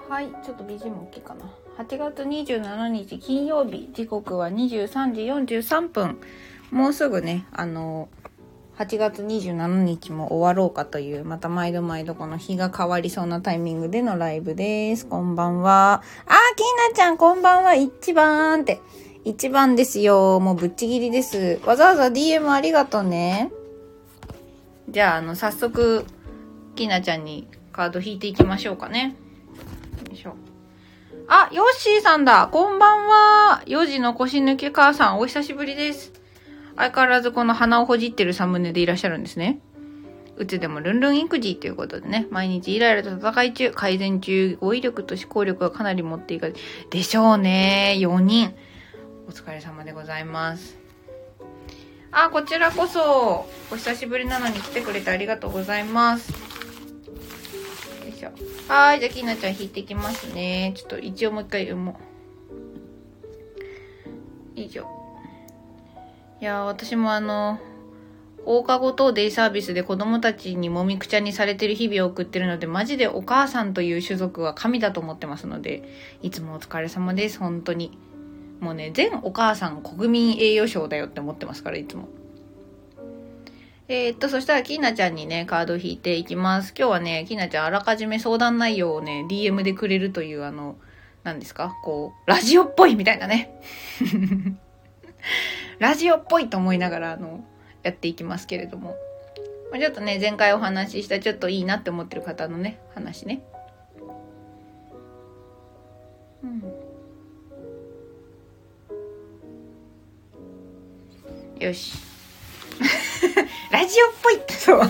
はい、ちょっと BGM 大きいかな。8月27日金曜日、時刻は23時43分。もうすぐね、8月27日も終わろうかという、また毎度この日が変わりそうなタイミングでのライブです。こんばんは。きなちゃんこんばんは。一番って。一番ですよ。もうぶっちぎりです。わざわざ DM ありがとうね。じゃあ、早速、きなちゃんにカード引いていきましょうかね。よいしょ。ヨッシーさんだ。こんばんは。4時の腰抜け母さん、お久しぶりです。相変わらずこの鼻をほじってるサムネでいらっしゃるんですね。うちでもルンルン育児ということでね、毎日イライラと戦い中、改善中、語彙力と思考力がかなり持っていかれでしょうね。4人。お疲れ様でございます。こちらこそ、お久しぶりなのに来てくれてありがとうございます。よいしょ。じゃあきなちゃん引いていきますね。ちょっと一応もう一回読もう。以上。いや私も放課後等デイサービスで子供たちにもみくちゃにされてる日々を送ってるので、マジでお母さんという種族は神だと思ってますので、いつもお疲れ様です。本当に。もうね、全お母さん国民栄誉賞だよって思ってますから、いつも。そしたらきなちゃんにね、カード引いていきます。今日はね、きなちゃんあらかじめ相談内容をね、DM でくれるという何ですかラジオっぽいみたいなね。ラジオっぽいと思いながら、やっていきますけれども。ちょっとね、前回お話ししたちょっといいなって思ってる方のね、話ね。よし。ラジオっぽいってそう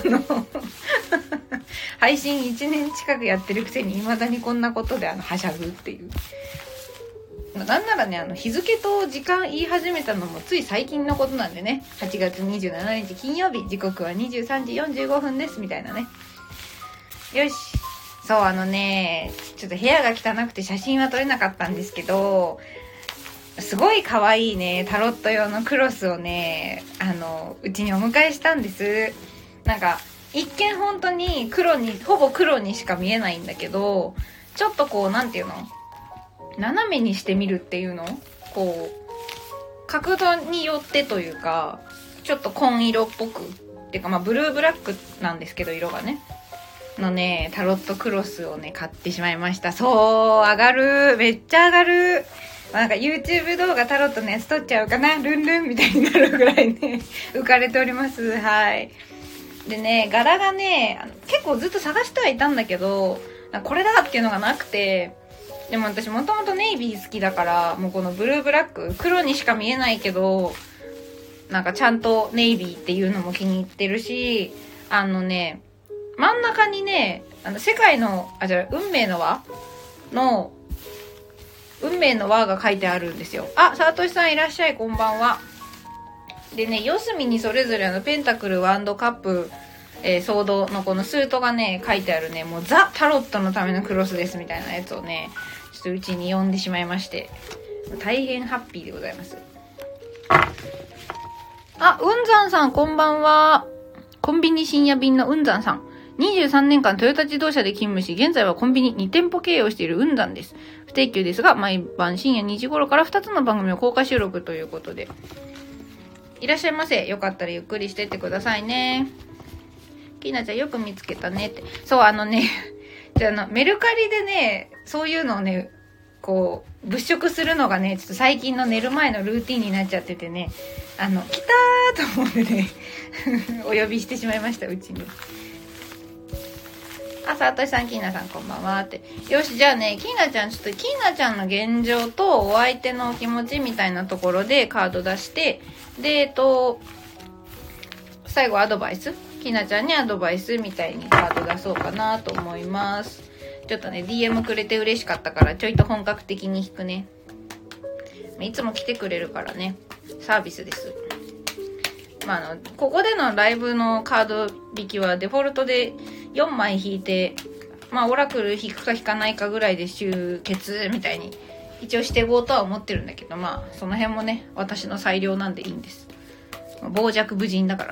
配信1年近くやってるくせに未だにこんなことではしゃぐっていう。なんならね、日付と時間言い始めたのもつい最近のことなんでね。8月27日金曜日、時刻は23時45分ですみたいなね。よし。そう、ちょっと部屋が汚くて写真は撮れなかったんですけど、すごい可愛いね、タロット用のクロスをね、うちにお迎えしたんです。なんか、一見本当にほぼ黒にしか見えないんだけど、ちょっとなんていうの？斜めにしてみるっていうの？角度によってというか、ちょっと紺色っぽく、っていうかブルーブラックなんですけど、色がね。のね、タロットクロスをね、買ってしまいました。そう、上がる。めっちゃ上がる。なんか YouTube 動画タロットのやつ撮っちゃうかな、ルンルンみたいになるぐらいね浮かれております。はい。でね、柄がね、結構ずっと探してはいたんだけど、これだっていうのがなくて、でも私もともとネイビー好きだから、もうこのブルーブラック、黒にしか見えないけど、なんかちゃんとネイビーっていうのも気に入ってるし、真ん中にね、世界の、運命の輪の、運命の輪が書いてあるんですよ。さとしさんいらっしゃい、こんばんは。でね、四隅にそれぞれペンタクル、ワンド、カップ、ソードのこのスートがね、書いてあるね、もうザ・タロットのためのクロスですみたいなやつをね、ちょっとうちに呼んでしまいまして、大変ハッピーでございます。うんざんさんこんばんは。コンビニ深夜便のうんざんさん。23年間トヨタ自動車で勤務し、現在はコンビニ2店舗経営をしているうんざんです。不定休ですが、毎晩深夜2時頃から2つの番組を公開収録ということで。いらっしゃいませ。よかったらゆっくりしてってくださいね。きなちゃんよく見つけたねって。そう、メルカリでね、そういうのをね、物色するのがね、ちょっと最近の寝る前のルーティンになっちゃっててね、来たーと思ってね、お呼びしてしまいました、うちに。さとしさん、きなさんこんばんはって。よし、じゃあね、きなちゃん、ちょっときなちゃんの現状とお相手のお気持ちみたいなところでカード出して、で、最後アドバイス、きなちゃんにアドバイスみたいにカード出そうかなと思います。ちょっとね、DM くれて嬉しかったから、ちょいと本格的に引くね。いつも来てくれるからね、サービスです。ここでのライブのカード引きはデフォルトで4枚引いて、オラクル引くか引かないかぐらいで終結みたいに一応していこうとは思ってるんだけど、その辺もね、私の裁量なんでいいんです。傍若無人だから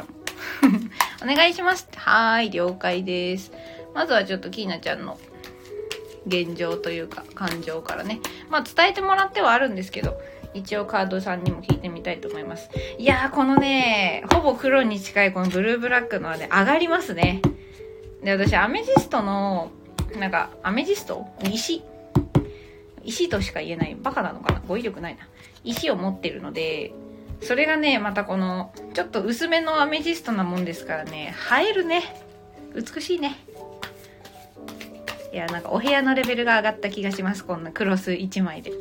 お願いします。了解です。まずはちょっときーなちゃんの現状というか感情からね。まあ伝えてもらってはあるんですけど、一応カードさんにも聞いてみたいと思います。いやー、このね、ほぼ黒に近いこのブルーブラックのはね、上がりますね。で、私アメジストの、なんか、アメジスト石としか言えない。バカなのかな、語彙力ないな。石を持ってるので、それがね、またこの、ちょっと薄めのアメジストなもんですからね、映えるね。美しいね。いや、なんかお部屋のレベルが上がった気がします。こんなクロス1枚で。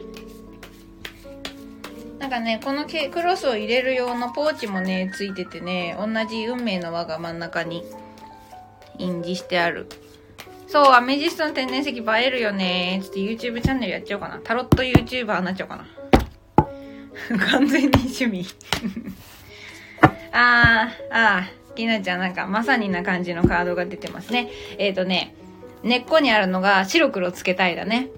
なんかね、このクロスを入れる用のポーチもね、ついててね、同じ運命の輪が真ん中に印字してある。そう、アメジストの天然石映えるよね。ちょっと YouTube チャンネルやっちゃおうかな。タロット YouTuber になっちゃおうかな。完全に趣味。きなちゃんなんかまさにな感じのカードが出てますね。根っこにあるのが白黒つけたいだね。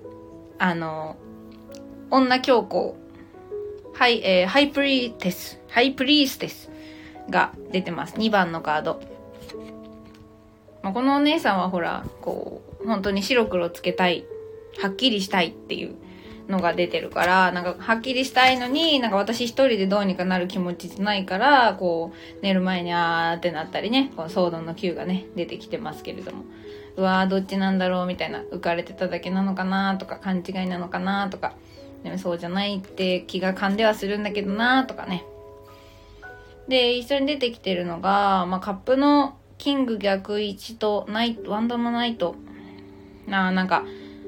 女教皇。ハイプリーステスが出てます。2番のカード。まあ、このお姉さんはほら、こう、本当に白黒つけたい。はっきりしたいっていうのが出てるから、なんかはっきりしたいのに、なんか私一人でどうにかなる気持ちじゃないから、こう、寝る前にってなったりね、このソードの9がね、出てきてますけれども。うわー、どっちなんだろうみたいな、浮かれてただけなのかなとか、勘違いなのかなとか、でもそうじゃないって気が勘ではするんだけどなとかね。で、一緒に出てきてるのが、まあ、カップのキング逆1とワンドのナイト。なんか、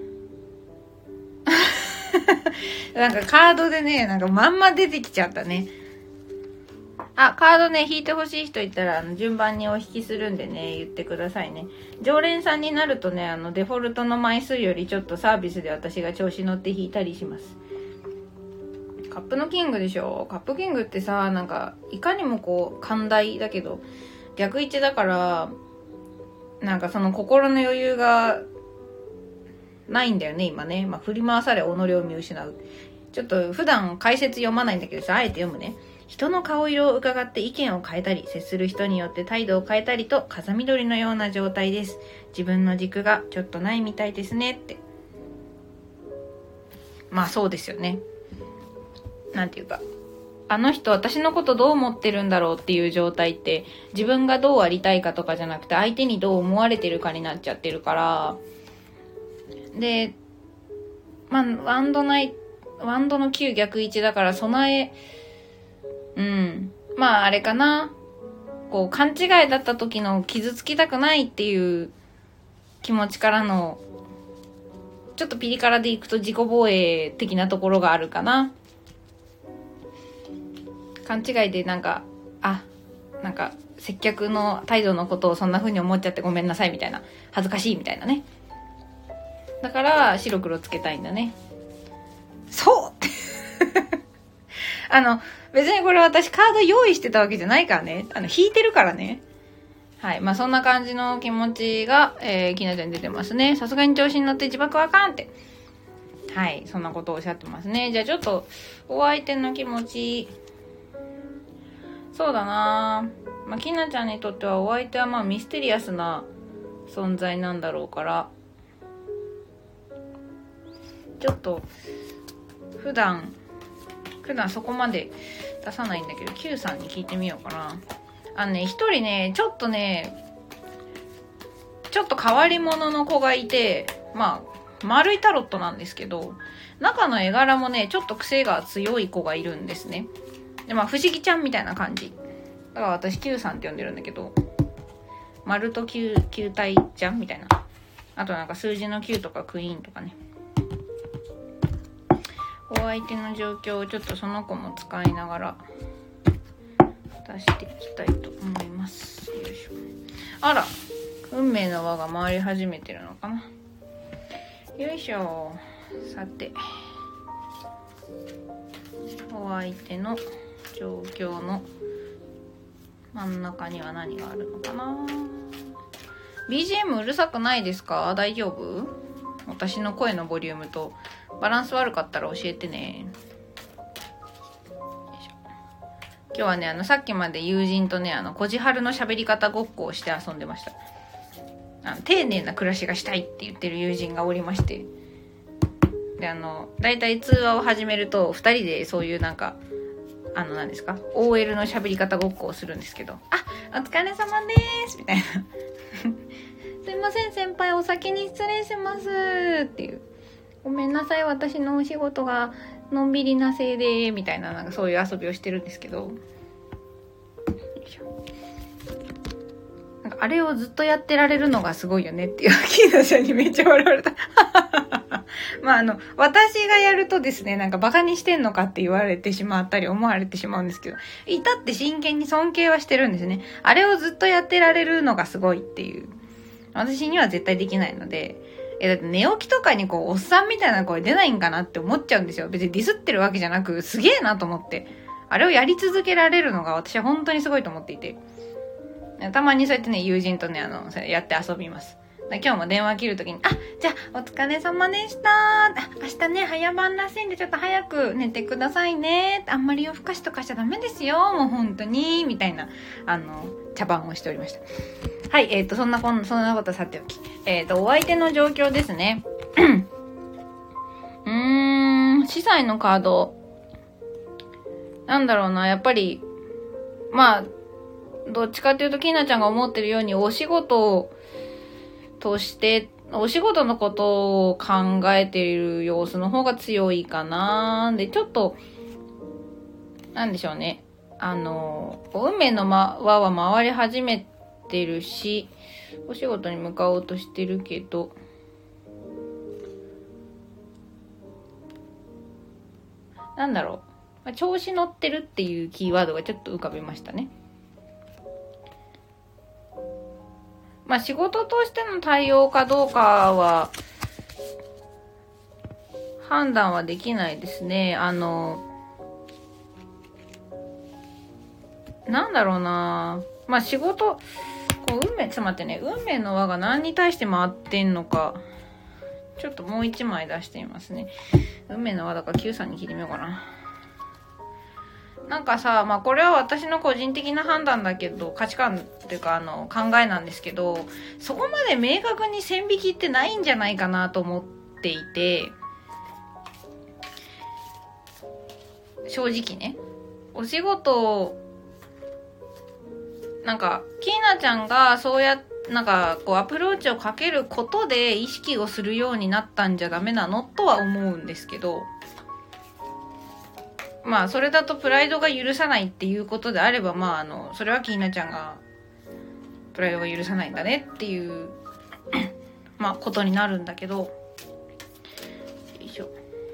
なんかカードでね、なんかまんま出てきちゃったね。カードね、引いてほしい人いたら、順番にお引きするんでね、言ってくださいね。常連さんになるとね、デフォルトの枚数よりちょっとサービスで私が調子乗って引いたりします。カップのキングでしょ。カップキングってさ、なんか、いかにもこう、寛大だけど、逆位置だから、なんかその心の余裕が、ないんだよね、今ね。まあ、振り回され己を見失う。ちょっと普段解説読まないんだけどさ、あえて読むね。人の顔色を伺って意見を変えたり、接する人によって態度を変えたりと、風見鶏のような状態です。自分の軸がちょっとないみたいですねって。まあそうですよね。なんていうか、あの人私のことどう思ってるんだろうっていう状態って、自分がどうありたいかとかじゃなくて、相手にどう思われてるかになっちゃってるから、で、まあ、ワンドの9逆1だから備え、まああれかな。こう勘違いだった時の傷つきたくないっていう気持ちからの、ちょっとピリ辛でいくと自己防衛的なところがあるかな。勘違いでなんか接客の態度のことをそんな風に思っちゃってごめんなさいみたいな、恥ずかしいみたいなね。だから白黒つけたいんだね。そう別にこれ私カード用意してたわけじゃないからね。引いてるからね。はい。まあそんな感じの気持ちが、きなちゃんに出てますね。さすがに調子に乗って自爆はあかんって。はい。そんなことをおっしゃってますね。じゃあちょっとお相手の気持ち。そうだなぁ。まあきなちゃんにとってはお相手はまあミステリアスな存在なんだろうから。ちょっと普段そこまで出さないんだけど Q さんに聞いてみようかな。一人ねちょっと変わり者の子がいて、まあ丸いタロットなんですけど、中の絵柄もねちょっと癖が強い子がいるんですね。でまあ不思議ちゃんみたいな感じだから私 Q さんって呼んでるんだけど、丸と球体ちゃんみたいな、あとなんか数字の9とかクイーンとかね。お相手の状況をちょっとその子も使いながら出していきたいと思います。よいしょ。あら、運命の輪が回り始めてるのかな。よいしょ。さて、お相手の状況の真ん中には何があるのかな。 BGM うるさくないですか？大丈夫？私の声のボリュームとバランス悪かったら教えてね。今日はねさっきまで友人とねこじはるの喋り方ごっこをして遊んでました。 丁寧な暮らしがしたいって言ってる友人がおりまして、でだいたい通話を始めると2人でそういうなんか何ですか OL の喋り方ごっこをするんですけど、お疲れ様ですみたいなすいません先輩お先に失礼しますっていう、ごめんなさい私のお仕事がのんびりなせいでみたいな、なんかそういう遊びをしてるんですけど、なんかあれをずっとやってられるのがすごいよねっていう、キーナちゃんにめっちゃ笑われたまあ私がやるとですね、なんかバカにしてんのかって言われてしまったり思われてしまうんですけど、至って真剣に尊敬はしてるんですね。あれをずっとやってられるのがすごいっていう。私には絶対できないので、だって寝起きとかにおっさんみたいな声出ないんかなって思っちゃうんですよ。別にディスってるわけじゃなく、すげえなと思って。あれをやり続けられるのが私は本当にすごいと思っていて。たまにそうやってね、友人とね、やって遊びます。今日も電話切るときに、じゃあ、お疲れ様でした。明日ね、早番らしいんで、ちょっと早く寝てくださいね。あんまり夜更かしとかしちゃダメですよ。もう本当に、みたいな、茶番をしておりました。はい、そんなことさておき。お相手の状況ですね。司祭のカード。なんだろうな、やっぱり、まあ、どっちかっていうと、きーなちゃんが思ってるように、お仕事として、お仕事のことを考えている様子の方が強いかな。で、ちょっと、なんでしょうね。運命の輪は回り始めてるし、お仕事に向かおうとしてるけど、なんだろう。調子乗ってるっていうキーワードがちょっと浮かびましたね。まあ仕事としての対応かどうかは判断はできないですね。なんだろうな。まあ仕事、ちょっと待ってね。運命の輪が何に対して回ってんのか。ちょっともう一枚出してみますね。運命の輪だから Q さんに聞いてみようかな。なんかさ、まあこれは私の個人的な判断だけど、価値観っていうか考えなんですけど、そこまで明確に線引きってないんじゃないかなと思っていて、正直ね、お仕事、なんかキーナちゃんがそうやなんかアプローチをかけることで意識をするようになったんじゃダメなのとは思うんですけど、まあそれだとプライドが許さないっていうことであれば、まあそれはキーナちゃんがプライドが許さないんだねっていうまあことになるんだけど、よいしょ。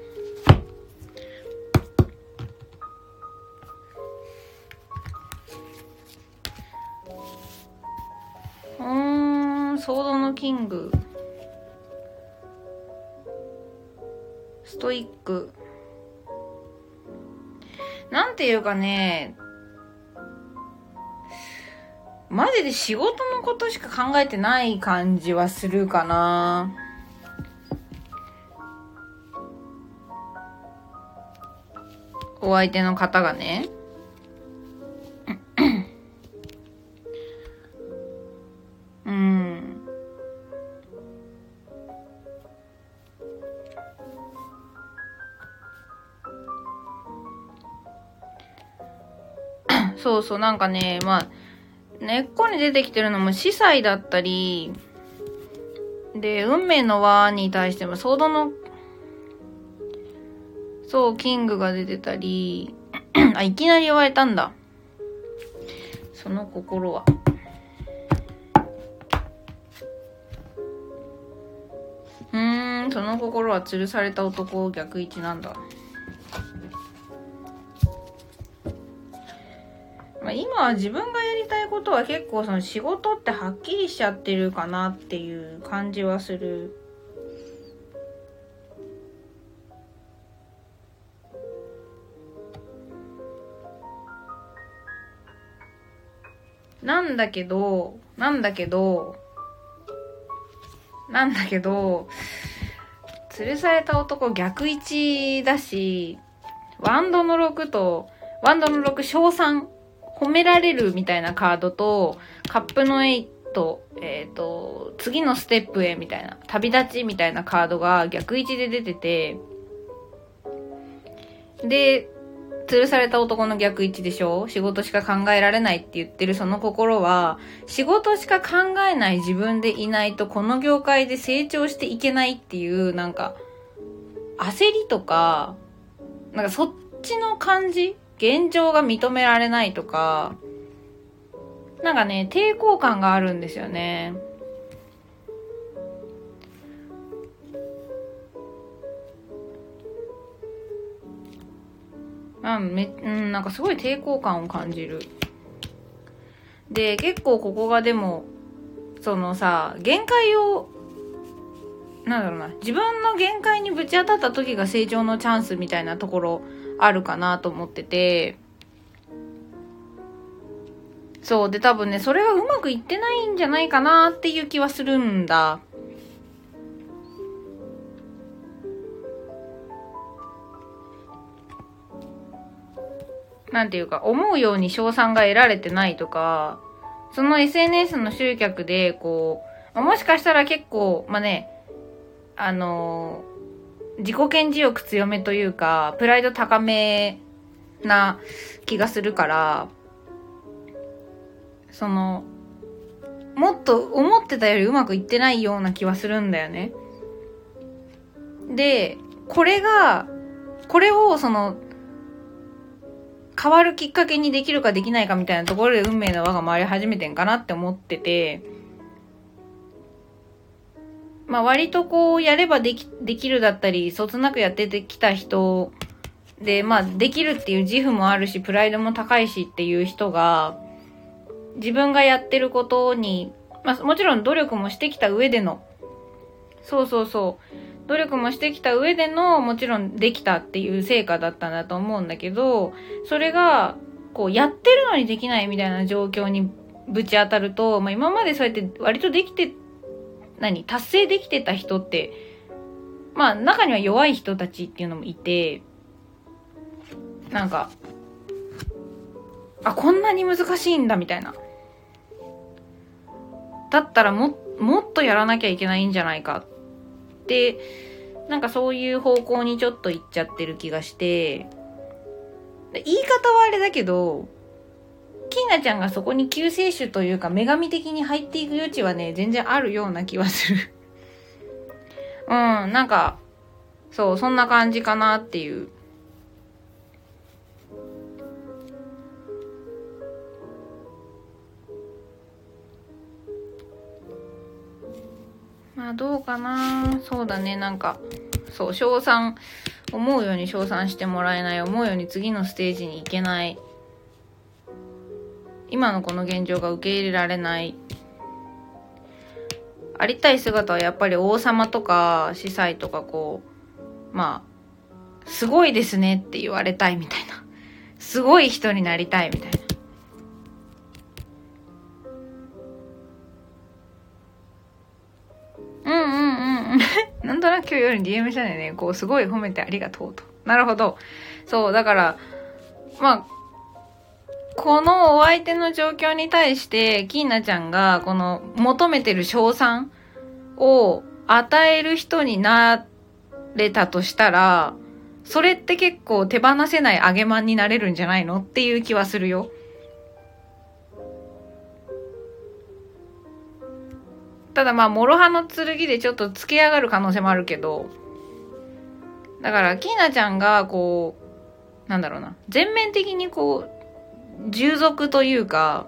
ソードのキング、ストイック、なんていうかね、マジで仕事のことしか考えてない感じはするかな。お相手の方がね。そうそう、なんかね、まあ、根っこに出てきてるのも司祭だったり、で、運命の輪に対しても、ソードの、そう、キングが出てたり、いきなり言われたんだ。その心は。その心は吊るされた男逆位置なんだ。今は自分がやりたいことは結構その仕事ってはっきりしちゃってるかなっていう感じはする。なんだけど、吊るされた男逆位置だし、ワンドの6、賞賛、褒められるみたいなカードと、カップの8 と、次のステップへみたいな、旅立ちみたいなカードが逆位置で出てて、で、吊るされた男の逆位置でしょ？仕事しか考えられないって言ってるその心は、仕事しか考えない自分でいないとこの業界で成長していけないっていう、なんか、焦りとか、なんかそっちの感じ？現状が認められないとか、なんかね、抵抗感があるんですよね。なんかすごい抵抗感を感じる。で、結構ここがでも、そのさ、限界を、なんだろうな、自分の限界にぶち当たった時が成長のチャンスみたいなところあるかなと思ってて、そうで多分ね、それがうまくいってないんじゃないかなっていう気はするんだ。なんていうか、思うように賞賛が得られてないとか、その SNS の集客で、こう、もしかしたら結構、まあね、自己顕示欲強めというか、プライド高めな気がするから、もっと思ってたよりうまくいってないような気はするんだよね。で、これを変わるきっかけにできるかできないかみたいなところで運命の輪が回り始めてんかなって思ってて、まあ割とこうやればできるだったり、そつなくやってきた人で、まあできるっていう自負もあるし、プライドも高いしっていう人が、自分がやってることに、まあもちろん努力もしてきた上での、努力もしてきた上での、もちろんできたっていう成果だったんだと思うんだけど、それが、こうやってるのにできないみたいな状況にぶち当たると、まあ今までそうやって割と達成できてた人って、まあ中には弱い人たちっていうのもいて、なんか、こんなに難しいんだみたいな。だったらもっとやらなきゃいけないんじゃないかって、なんかそういう方向にちょっと行っちゃってる気がして、言い方はあれだけど、キーナちゃんがそこに救世主というか女神的に入っていく余地はね、全然あるような気はする。なんか、そんな感じかなっていう。まあどうかな。そうだね、なんか、称賛、思うように称賛してもらえない、思うように次のステージに行けない。今のこの現状が受け入れられない。ありたい姿はやっぱり王様とか司祭とかこう、まあ、すごいですねって言われたいみたいな。すごい人になりたいみたいな。なんとなく今日夜に DM したんだよね。こう、すごい褒めてありがとうと。なるほど。そう、だから、まあ、このお相手の状況に対して、キーナちゃんが、この求めてる称賛を与える人になれたとしたら、それって結構手放せない上げマンになれるんじゃないのっていう気はするよ。ただまあ、諸刃の剣でちょっとつけ上がる可能性もあるけど、だから、キーナちゃんが、こう、なんだろうな、全面的にこう、従属というか、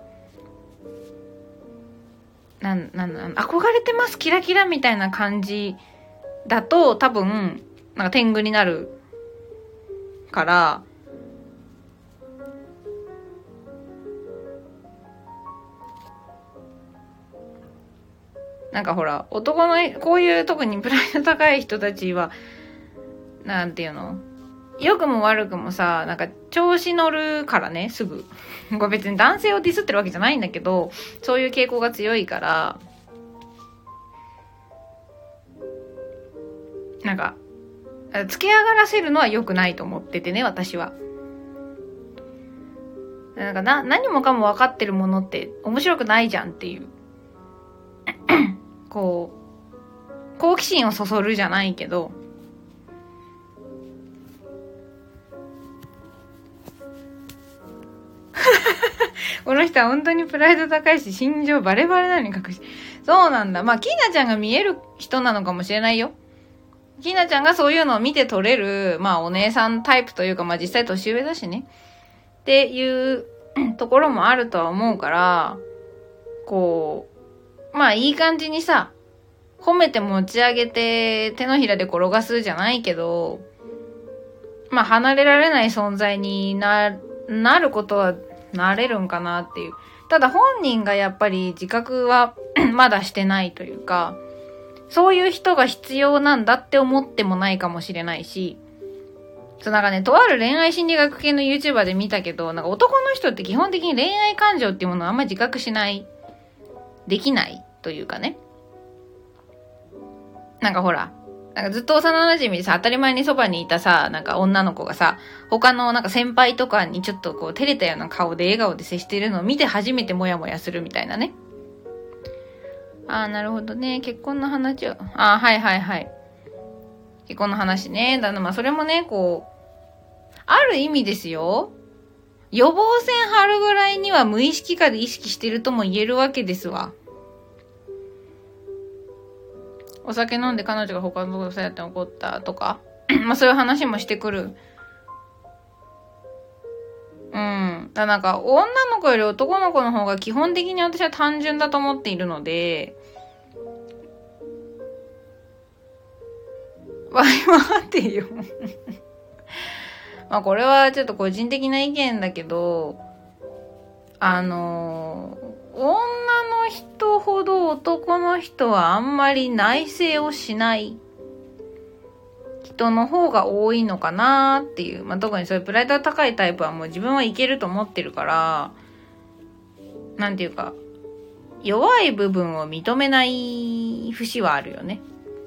憧れてます、キラキラみたいな感じだと、多分、なんか天狗になるから、なんかほら、男の、こういう特にプライド高い人たちは、なんていうの？良くも悪くもさ、なんか調子乗るからね、すぐ。これ別に男性をディスってるわけじゃないんだけど、そういう傾向が強いから、なんか、付け上がらせるのは良くないと思っててね、私は。なんか何もかも分かってるものって面白くないじゃんっていう。 こう、好奇心をそそるじゃないけど、この人は本当にプライド高いし、心情バレバレなのに隠し。そうなんだ。まあ、キーナちゃんが見える人なのかもしれないよ。キーナちゃんがそういうのを見て取れる、まあ、お姉さんタイプというか、まあ、実際年上だしね。っていうところもあるとは思うから、こう、まあ、いい感じにさ、褒めて持ち上げて手のひらで転がすじゃないけど、まあ、離れられない存在になることはなれるんかなっていう。ただ本人がやっぱり自覚はまだしてないというか、そういう人が必要なんだって思ってもないかもしれないし、なんかね、とある恋愛心理学系の YouTuber で見たけど、なんか男の人って基本的に恋愛感情っていうものをあんまり自覚しない、できないというかね。なんかほら、なんかずっと幼馴染でさ、当たり前にそばにいたさ、なんか女の子がさ、他のなんか先輩とかにちょっとこう照れたような顔で笑顔で接しているのを見て初めてモヤモヤするみたいなね。ああ、なるほどね。結婚の話を。ああ、はいはいはい。結婚の話ね。まあそれもね、こう、ある意味ですよ。予防線張るぐらいには無意識化で意識してるとも言えるわけですわ。お酒飲んで彼女が他の女性と怒ったとかまあそういう話もしてくる。うん。なんか女の子より男の子の方が基本的に私は単純だと思っているので、わい待ってよまあこれはちょっと個人的な意見だけど、女の人ほど男の人はあんまり内省をしない人の方が多いのかなっていう。まあ、特にそういうプライドが高いタイプはもう自分はいけると思ってるから、なんていうか、弱い部分を認めない節はあるよね。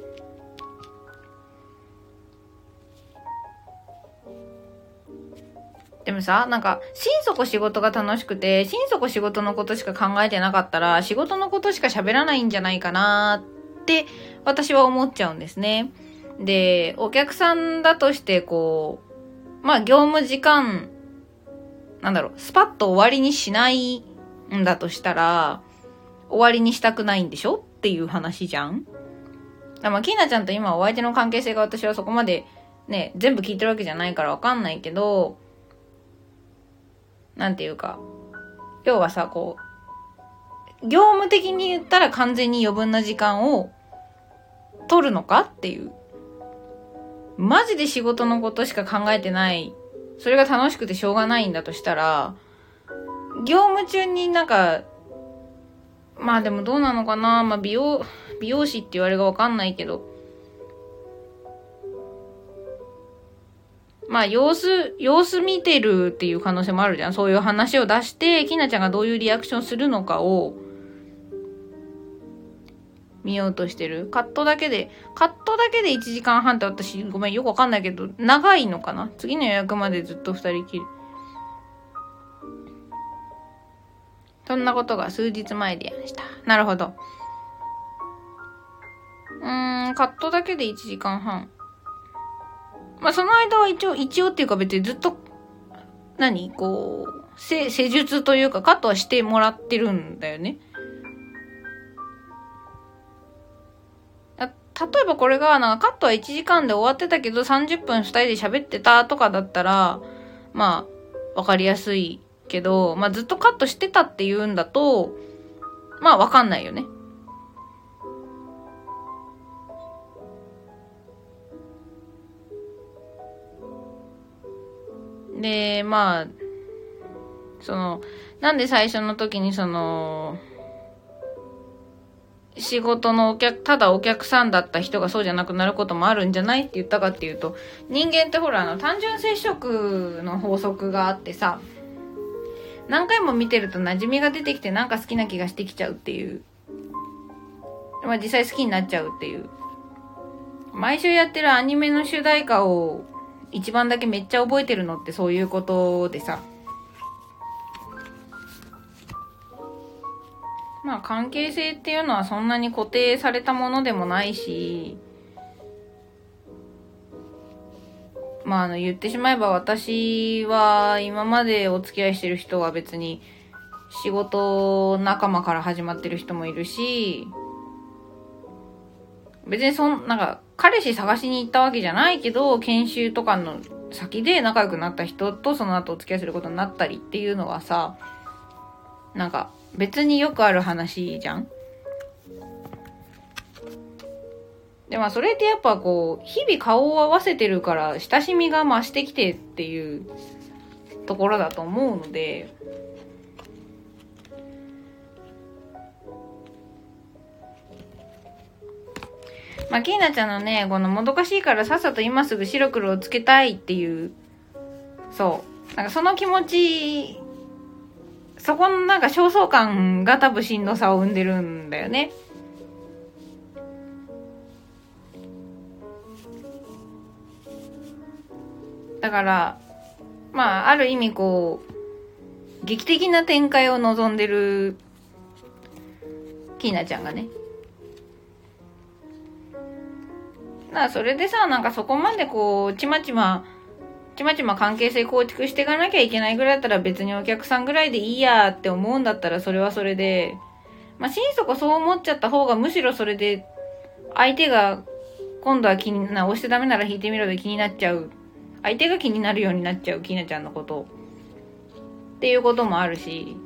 でもさ、なんか、心底仕事が楽しくて、心底仕事のことしか考えてなかったら、仕事のことしか喋らないんじゃないかなって、私は思っちゃうんですね。で、お客さんだとして、こう、まあ、業務時間、スパッと終わりにしないんだとしたら、終わりにしたくないんでしょっていう話じゃん。まあ、キーナちゃんと今お相手の関係性が私はそこまでね、全部聞いてるわけじゃないからわかんないけど、なんていうか、要はさ、こう、業務的に言ったら完全に余分な時間を取るのかっていう。マジで仕事のことしか考えてない。それが楽しくてしょうがないんだとしたら、業務中になんか、まあでもどうなのかな、まあ美容師って言われがわかんないけど、まあ様子見てるっていう可能性もあるじゃん。そういう話を出して、きなちゃんがどういうリアクションするのかを見ようとしてる。カットだけで1時間半って私ごめんよくわかんないけど、長いのかな。次の予約までずっと2人きり。そんなことが数日前でやりました。なるほど。カットだけで1時間半。まあ、その間は一応っていうか別にずっと、こう、施術というかカットはしてもらってるんだよね。例えばこれが、カットは1時間で終わってたけど30分2人で喋ってたとかだったら、まあ、わかりやすいけど、まあずっとカットしてたっていうんだと、まあわかんないよね。で、まあ、なんで最初の時に仕事のただお客さんだった人がそうじゃなくなることもあるんじゃないって言ったかっていうと、人間ってほら単純接触の法則があってさ、何回も見てると馴染みが出てきてなんか好きな気がしてきちゃうっていう。まあ実際好きになっちゃうっていう。毎週やってるアニメの主題歌を一番だけめっちゃ覚えてるのってそういうことでさ。 まあ関係性っていうのはそんなに固定されたものでもないし、まあ言ってしまえば私は今までお付き合いしてる人は別に仕事仲間から始まってる人もいるし、別になんか彼氏探しに行ったわけじゃないけど、研修とかの先で仲良くなった人とその後お付き合いすることになったりっていうのはさ、なんか別によくある話じゃん。でまあそれってやっぱこう日々顔を合わせてるから親しみが増してきてっていうところだと思うので、まあキーナちゃんのね、このもどかしいからさっさと今すぐ白黒をつけたいっていう、そうなんかその気持ち、そこのなんか焦燥感が多分しんどさを生んでるんだよね。だからまあある意味こう劇的な展開を望んでるキーナちゃんがね、だからそれでさ、なんかそこまでこうちまちま関係性構築していかなきゃいけないぐらいだったら別にお客さんぐらいでいいやって思うんだったらそれはそれで、まあ心底そう思っちゃった方がむしろそれで相手が今度は押してダメなら引いてみろで気になっちゃう、相手が気になるようになっちゃうキーナちゃんのことっていうこともあるし、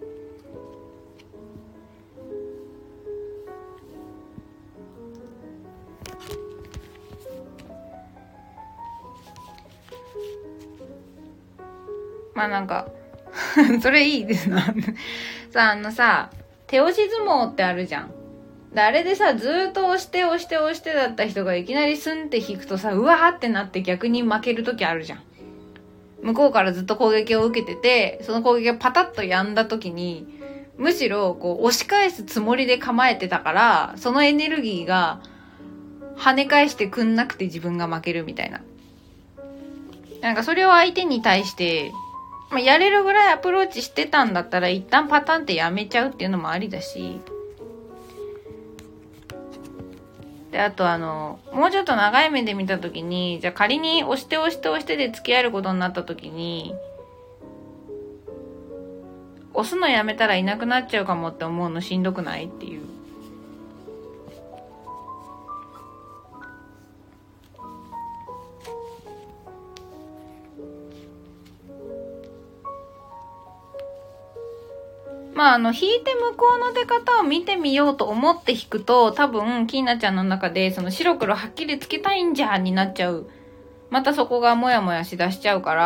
まあなんかそれいいですなさ手押し相撲ってあるじゃん。であれでさ、ずーっと押してだった人がいきなりスンって引くとさ、うわーってなって逆に負ける時あるじゃん。向こうからずっと攻撃を受けてて、その攻撃がパタッと止んだ時にむしろこう押し返すつもりで構えてたから、そのエネルギーが跳ね返してくんなくて自分が負けるみたいな。なんかそれを相手に対してやれるぐらいアプローチしてたんだったら一旦パターンってやめちゃうっていうのもありだし、であともうちょっと長い目で見た時に、じゃあ仮に押してで付き合えることになった時に、押すのやめたらいなくなっちゃうかもって思うのしんどくないっていう。まあ引いて向こうの出方を見てみようと思って引くと、多分キーナちゃんの中でその白黒はっきりつけたいんじゃになっちゃう。またそこがモヤモヤしだしちゃうから、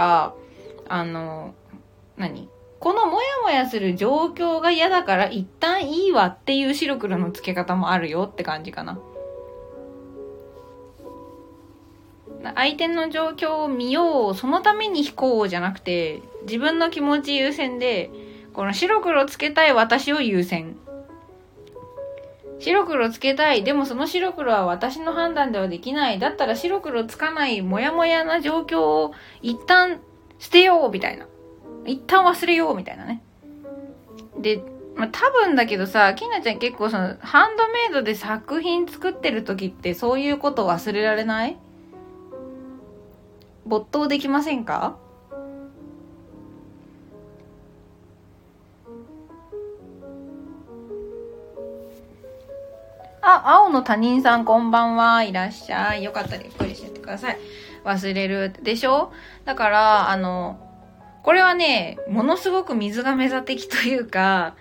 このモヤモヤする状況が嫌だから一旦いいわっていう白黒のつけ方もあるよって感じかな。相手の状況を見よう、そのために引こうじゃなくて、自分の気持ち優先で、この白黒つけたい私を優先。白黒つけたい。でもその白黒は私の判断ではできない。だったら白黒つかないモヤモヤな状況を一旦捨てようみたいな。一旦忘れようみたいなね。で、多分だけどさ、きなちゃん結構ハンドメイドで作品作ってる時ってそういうこと忘れられない？没頭できませんか？青の他人さんこんばんは。いらっしゃい。よかったらゆっくりしてってください。忘れるでしょ？だからこれはね、ものすごく水亀座的というか、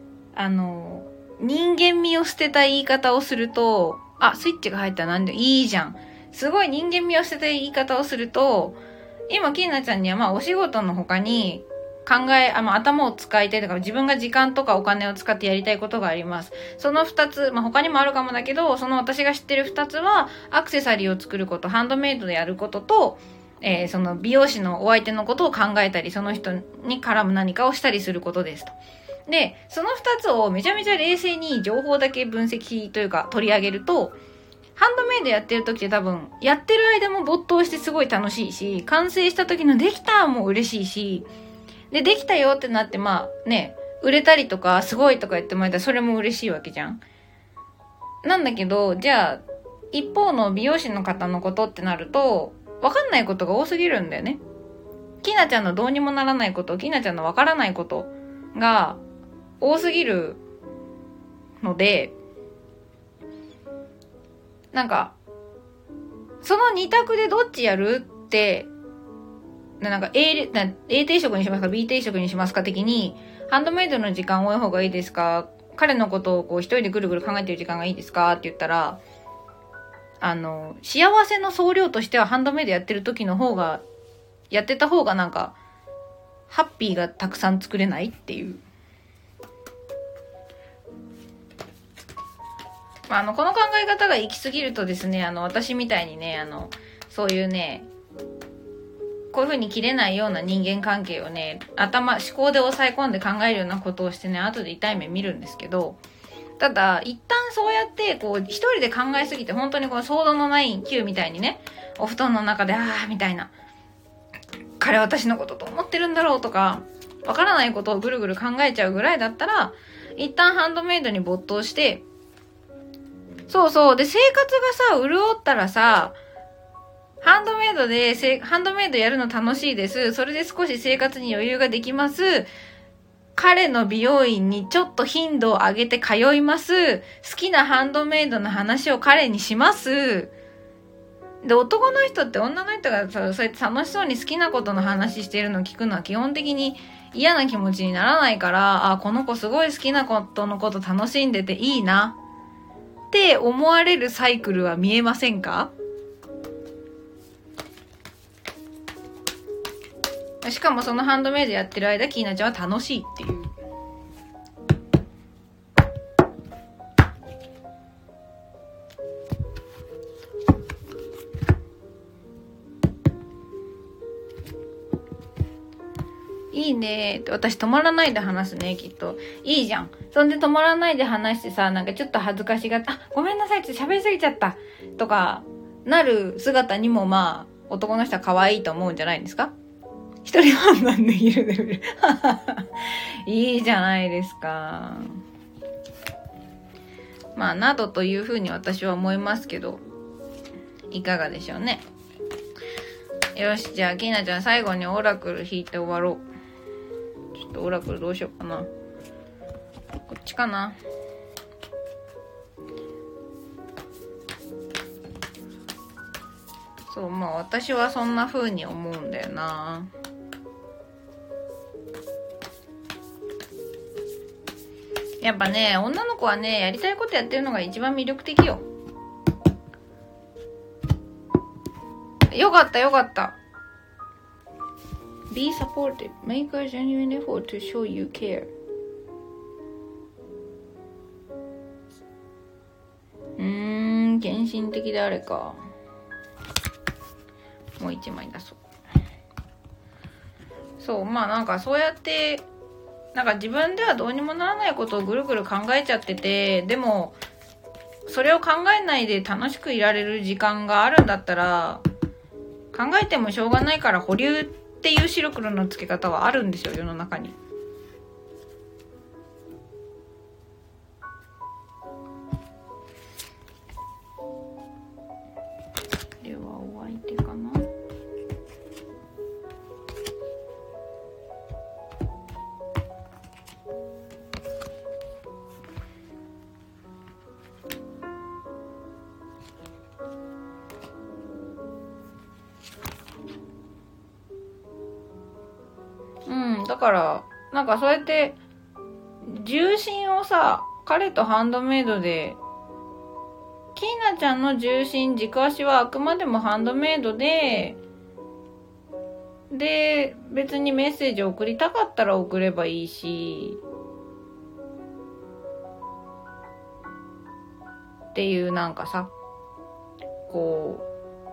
人間味を捨てた言い方をすると、スイッチが入ったらなんでいいじゃん。すごい人間味を捨てた言い方をすると、今キーナちゃんにはお仕事の他に頭を使いたいとか、自分が時間とかお金を使ってやりたいことがあります。その2つ、他にもあるかもだけど、その私が知ってる2つは、アクセサリーを作ること、ハンドメイドでやることと、その美容師のお相手のことを考えたり、その人に絡む何かをしたりすることですと。で、その2つをめちゃめちゃ冷静に情報だけ分析というか取り上げると、ハンドメイドやってる時って多分、やってる間も没頭してすごい楽しいし、完成した時のできたも嬉しいし、できたよってなって、 売れたりとかすごいとか言ってもらえたらそれも嬉しいわけじゃん。なんだけど、じゃあ一方の美容師の方のことってなると分かんないことが多すぎるんだよね。きなちゃんのどうにもならないこと、きなちゃんの分からないことが多すぎるので、なんかその二択でどっちやるって、なんか A 定食にしますか B 定食にしますか的に、ハンドメイドの時間多い方がいいですか、彼のことをこう一人でぐるぐる考えてる時間がいいですかって言ったら、幸せの総量としてはハンドメイドやってる時の方が、やってた方がなんかハッピーがたくさん作れないっていう。この考え方が行き過ぎるとですね、私みたいにね、そういうね、こういう風に切れないような人間関係をね、思考で抑え込んで考えるようなことをしてね、後で痛い目見るんですけど、ただ、一旦そうやって、こう、一人で考えすぎて、本当にこのソードの9、9みたいにね、お布団の中で、みたいな、彼は私のことどう思ってるんだろうとか、わからないことをぐるぐる考えちゃうぐらいだったら、一旦ハンドメイドに没頭して、そうそう、で、生活がさ、潤ったらさ、ハンドメイドやるの楽しいです。それで少し生活に余裕ができます。彼の美容院にちょっと頻度を上げて通います。好きなハンドメイドの話を彼にします。で、男の人って女の人がそうやって楽しそうに好きなことの話してるのを聞くのは基本的に嫌な気持ちにならないから、この子すごい好きなことのこと楽しんでていいなって思われるサイクルは見えませんか？しかもそのハンドメイドやってる間、キーナちゃんは楽しいっていう。いいねって、私止まらないで話すね、きっと。いいじゃん。そんで止まらないで話してさ、なんかちょっと恥ずかしがって、ごめんなさいって喋りすぎちゃった。とか、なる姿にもまあ、男の人は可愛いと思うんじゃないですか？一人判断できるレベル。いいじゃないですか。まあ、などというふうに私は思いますけど、いかがでしょうね。よし、じゃあ、きなちゃん最後にオラクル引いて終わろう。ちょっとオラクルどうしようかな。こっちかな。そう、まあ私はそんな風に思うんだよな。やっぱね、女の子はね、やりたいことやってるのが一番魅力的よ。よかったよかった。Be supported. Make a genuine effort to show you care. 献身的であれか。もう一枚出そう。そう、まあなんかそうやって、なんか自分ではどうにもならないことをぐるぐる考えちゃってて、でもそれを考えないで楽しくいられる時間があるんだったら、考えてもしょうがないから保留っていう白黒の付け方はあるんですよ、世の中に。ではお相手かな。だからなんかそうやって重心をさ、彼とハンドメイドで、キーナちゃんの重心、軸足はあくまでもハンドメイドで別にメッセージを送りたかったら送ればいいしっていう、なんかさ、こ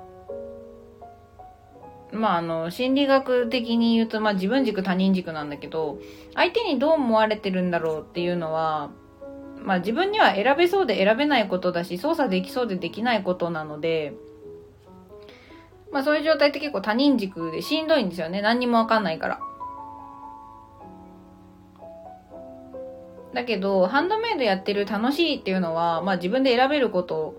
う、まあ心理学的に言うと、まあ自分軸他人軸なんだけど、相手にどう思われてるんだろうっていうのは、まあ自分には選べそうで選べないことだし、操作できそうでできないことなので、まあそういう状態って結構他人軸でしんどいんですよね。何にもわかんないから。 だけど、ハンドメイドやってる楽しいっていうのは、まあ自分で選べること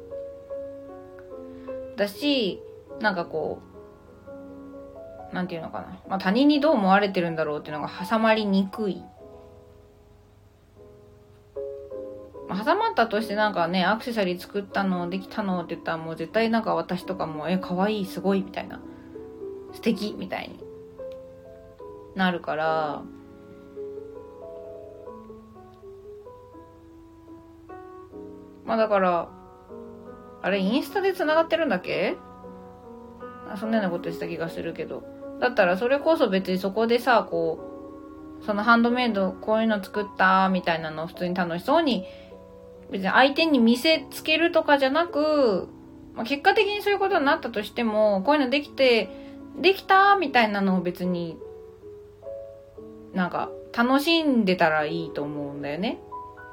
だし、なんかこう、なんていうのかな。まあ他人にどう思われてるんだろうっていうのが挟まりにくい。まあ、挟まったとしてなんかね、アクセサリー作ったの、できたのって言ったらもう絶対なんか私とかも、可愛い、すごいみたいな。素敵みたいになるから、まあだから、あれインスタで繋がってるんだっけ？そんなようなことした気がするけど。だったらそれこそ別にそこでさ、こう、そのハンドメイドこういうの作ったみたいなのを普通に楽しそうに、別に相手に見せつけるとかじゃなく、まあ、結果的にそういうことになったとしても、こういうのできたみたいなのを別に、なんか楽しんでたらいいと思うんだよね。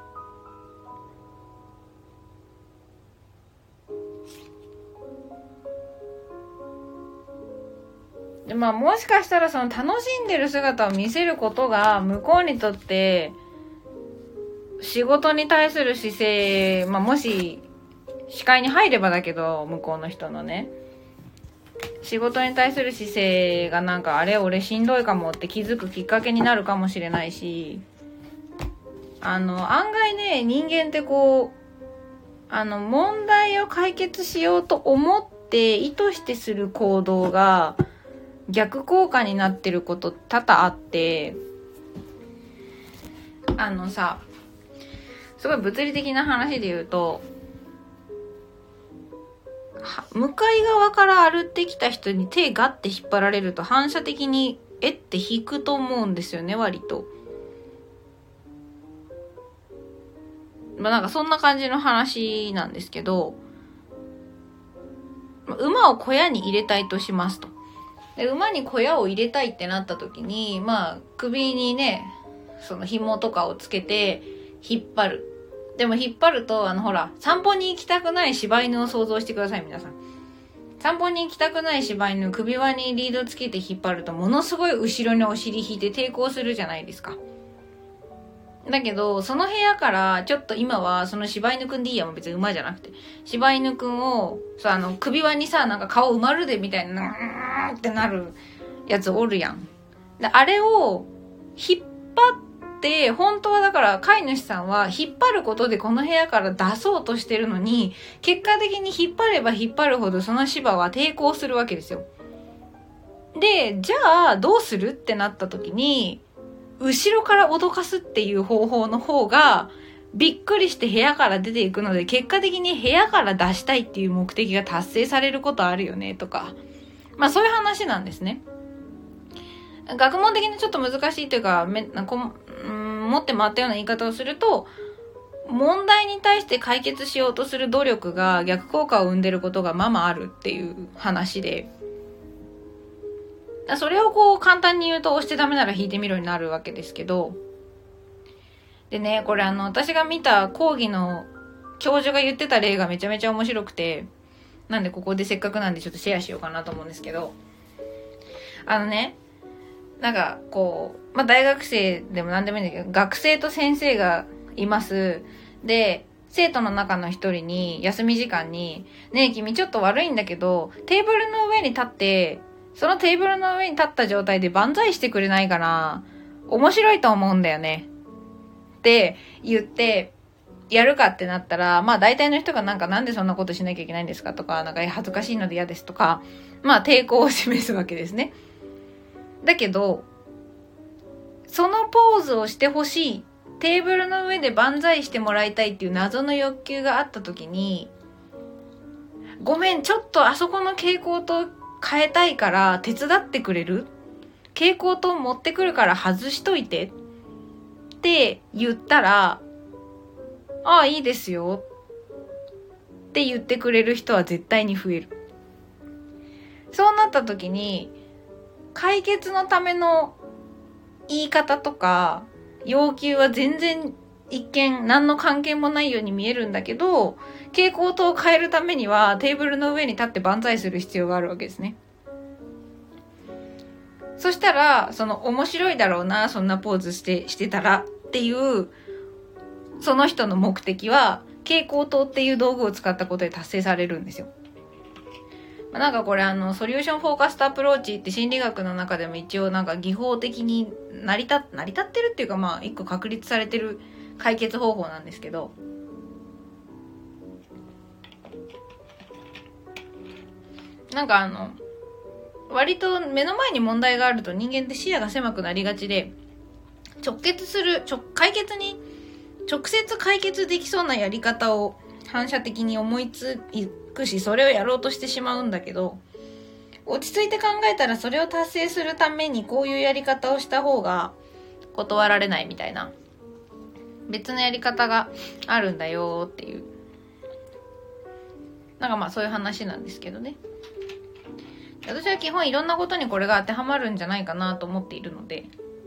で、まあもしかしたらその楽しんでる姿を見せることが向こうにとって仕事に対する姿勢、まあもし視界に入ればだけど、向こうの人のね、仕事に対する姿勢がなんかあれ俺しんどいかもって気づくきっかけになるかもしれないし、案外ね、人間ってこう、問題を解決しようと思って意図してする行動が逆効果になってること多々あって、さ、すごい物理的な話で言うと、向かい側から歩ってきた人に手ガッて引っ張られると反射的にって引くと思うんですよね、割と。まあなんかそんな感じの話なんですけど、馬を小屋に入れたいとしますと。で、馬に小屋を入れたいってなった時に、まあ首にね、その紐とかをつけて引っ張る。でも引っ張ると、ほら、散歩に行きたくない柴犬を想像してください、皆さん。散歩に行きたくない柴犬、首輪にリードつけて引っ張ると、ものすごい後ろにお尻引いて抵抗するじゃないですか。だけど、その部屋から、ちょっと今は、その柴犬くんでいいや、もう別に馬じゃなくて、柴犬くんを、首輪にさ、なんか顔埋まるでみたいな、ってなるやつおるやん。で、あれを、引っ張って、本当はだから、飼い主さんは、引っ張ることでこの部屋から出そうとしてるのに、結果的に引っ張れば引っ張るほど、その柴は抵抗するわけですよ。で、じゃあ、どうするってなった時に、後ろから脅かすっていう方法の方がびっくりして部屋から出ていくので、結果的に部屋から出したいっていう目的が達成されることあるよねとか、まあそういう話なんですね。学問的にちょっと難しいというか、持って回ったような言い方をすると、問題に対して解決しようとする努力が逆効果を生んでることがままあるっていう話で、それをこう簡単に言うと、押してダメなら引いてみろになるわけですけど、でね、これ私が見た講義の教授が言ってた例がめちゃめちゃ面白くて、なんでここでせっかくなんでちょっとシェアしようかなと思うんですけど、なんかこう、まあ大学生でも何でもいいんだけど、学生と先生がいます。で、生徒の中の一人に休み時間に、ねえ君ちょっと悪いんだけど、テーブルの上に立って、そのテーブルの上に立った状態で万歳してくれないかな、面白いと思うんだよねって言ってやるかってなったら、まあ大体の人がなんでそんなことしなきゃいけないんですかとか、恥ずかしいので嫌ですとか、まあ抵抗を示すわけですね。だけど、そのポーズをしてほしい、テーブルの上で万歳してもらいたいっていう謎の欲求があった時に、ごめんちょっとあそこの蛍光灯変えたいから手伝ってくれる？蛍光灯持ってくるから外しといてって言ったら、ああいいですよって言ってくれる人は絶対に増える。そうなった時に、解決のための言い方とか要求は全然一見何の関係もないように見えるんだけど、蛍光灯を変えるためにはテーブルの上に立って万歳する必要があるわけですね。そしたら、面白いだろうな、そんなポーズしてたらっていうその人の目的は蛍光灯っていう道具を使ったことで達成されるんですよ。なんかこれソリューションフォーカストアプローチって心理学の中でも一応なんか技法的に成り立ってるっていうか、まあ一個確立されてる解決方法なんですけど、なんか割と目の前に問題があると人間って視野が狭くなりがちで、解決に直接解決できそうなやり方を反射的に思いつくし、それをやろうとしてしまうんだけど、落ち着いて考えたらそれを達成するためにこういうやり方をした方が断られないみたいな別のやり方があるんだよっていう、なんかまあそういう話なんですけどね。私は基本いろんなことにこれが当てはまるんじゃないかなと思っているので、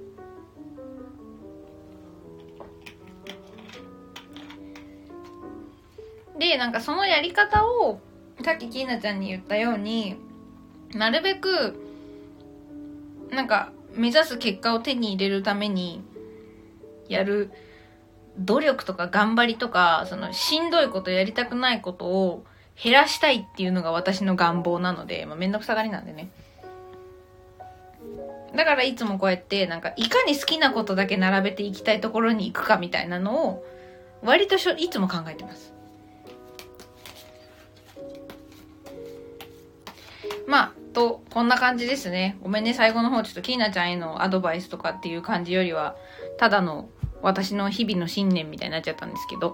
でなんかそのやり方をさっききーなちゃんに言ったように、なるべくなんか目指す結果を手に入れるためにやる努力とか頑張りとか、そのしんどいことやりたくないことを減らしたいっていうのが私の願望なので、めんどくさがりなんでね。だからいつもこうやってなんかいかに好きなことだけ並べていきたいところに行くかみたいなのを割といつも考えてます。まあこんな感じですね。ごめんね、最後の方ちょっときーなちゃんへのアドバイスとかっていう感じよりはただの私の日々の信念みたいになっちゃったんですけど、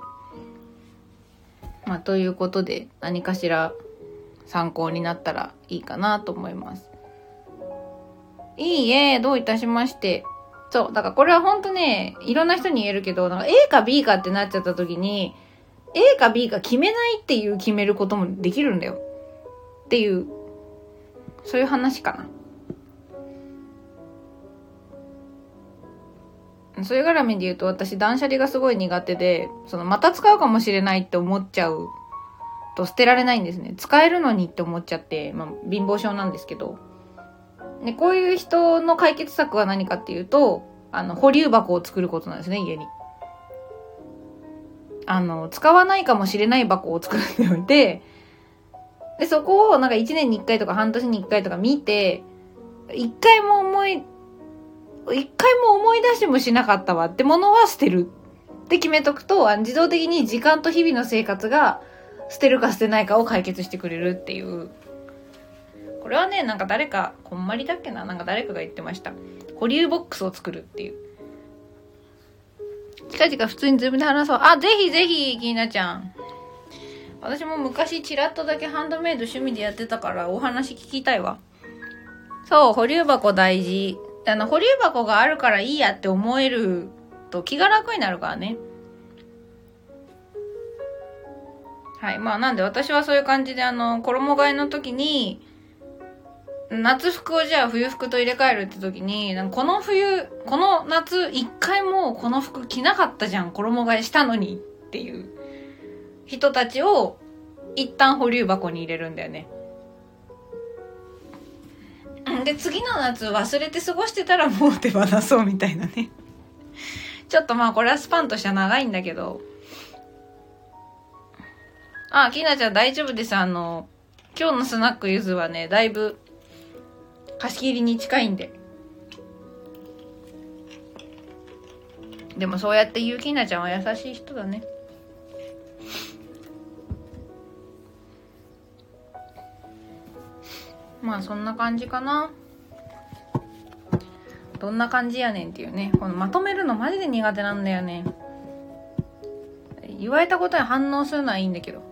ということで何かしら参考になったらいいかなと思います。いいえ、どういたしまして。そう、だからこれはほんとね、いろんな人に言えるけど、なんか A か B かってなっちゃった時に A か B か決めないっていう決めることもできるんだよっていう、そういう話かな。それ絡みで言うと、私断捨離がすごい苦手で、また使うかもしれないって思っちゃうと捨てられないんですね。使えるのにって思っちゃって、貧乏症なんですけど。で、こういう人の解決策は何かっていうと、保留箱を作ることなんですね、家に。使わないかもしれない箱を作っておいて、で、そこをなんか1年に1回とか半年に1回とか見て、一回も思い出しもしなかったわってものは捨てるって決めとくと、自動的に時間と日々の生活が捨てるか捨てないかを解決してくれるっていう。これはね、なんか誰か、こんまりだっけな、なんか誰かが言ってました。保留ボックスを作るっていう。近々普通にズームで話そう。ぜひぜひ、きーなちゃん。私も昔ちらっとだけハンドメイド趣味でやってたからお話聞きたいわ。そう、保留箱大事。保留箱があるからいいやって思えると気が楽になるからね。はい。なんで私はそういう感じで衣替えの時に、夏服をじゃあ冬服と入れ替えるって時に、この夏一回もこの服着なかったじゃん、衣替えしたのにっていう人たちを一旦保留箱に入れるんだよね。で、次の夏忘れて過ごしてたらもう手放そうみたいなね。ちょっとこれはスパンとしては長いんだけど。きなちゃん大丈夫です。今日のスナックゆずはね、だいぶ貸し切りに近いんで。でもそうやって言うきなちゃんは優しい人だね。そんな感じかな。どんな感じやねんっていうね。このまとめるのマジで苦手なんだよね。言われたことに反応するのはいいんだけど。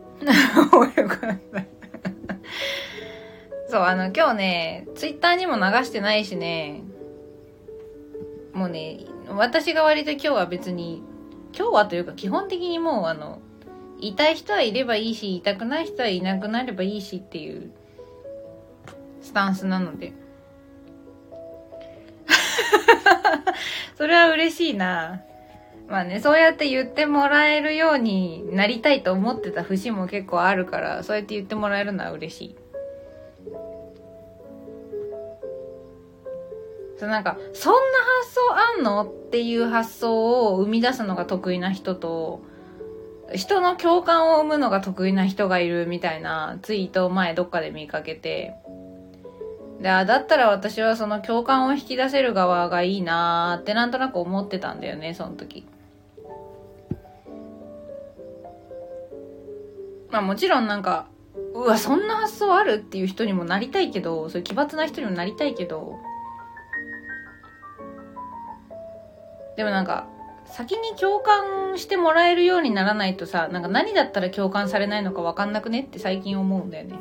そう、今日ね、ツイッターにも流してないしね、もうね、私が割と今日は別に、今日はというか基本的にもういたい人はいればいいし、いたくない人はいなくなればいいしっていうスタンスなので。それは嬉しいな。そうやって言ってもらえるようになりたいと思ってた節も結構あるから、そうやって言ってもらえるのは嬉しい。 なんかそんな発想あんのっていう発想を生み出すのが得意な人と、人の共感を生むのが得意な人がいるみたいなツイートを前どっかで見かけて、で、だったら私はその共感を引き出せる側がいいなーってなんとなく思ってたんだよね、その時。まあもちろんなんか、うわ、そんな発想あるっていう人にもなりたいけど、そういう奇抜な人にもなりたいけど、でもなんか、先に共感してもらえるようにならないとさ、なんか何だったら共感されないのか分かんなくねって最近思うんだよね。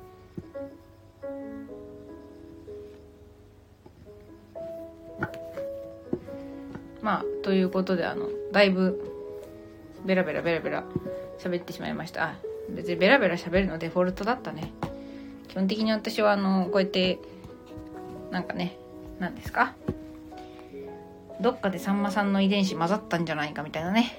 まあ、ということでだいぶベラベラ喋ってしまいました。別にベラベラ喋るのデフォルトだったね。基本的に私はこうやってなんかね、何ですか、どっかでさんまさんの遺伝子混ざったんじゃないかみたいなね。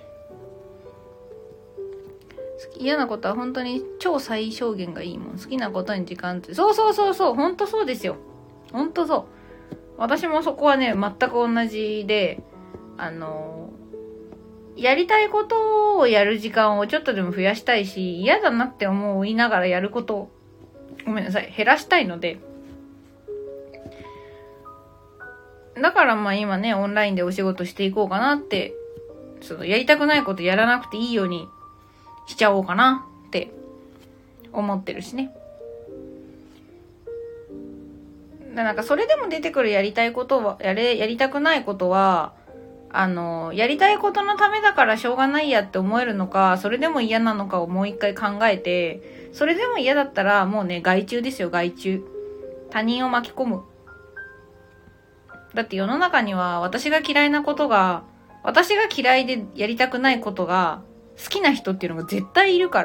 嫌なことは本当に超最小限がいいもん。好きなことに時間って、そう本当そうですよ。本当そう。私もそこはね全く同じで、やりたいことをやる時間をちょっとでも増やしたいし、嫌だなって思いながらやることを減らしたいので、だからまあ今ねオンラインでお仕事していこうかなって、そのやりたくないことやらなくていいようにしちゃおうかなって思ってるしね。なんかそれでも出てくるやりたいことはやりたくないことはやりたいことのためだからしょうがないやって思えるのか、それでも嫌なのかをもう一回考えて、それでも嫌だったらもうね、害虫ですよ、害虫。他人を巻き込む。だって世の中には私が嫌いでやりたくないことが好きな人っていうのが絶対いるから。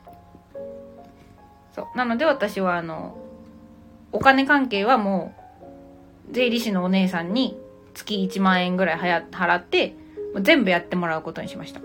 そう。なので私はお金関係はもう税理士のお姉さんに月1万円ぐらい払って全部やってもらうことにしました。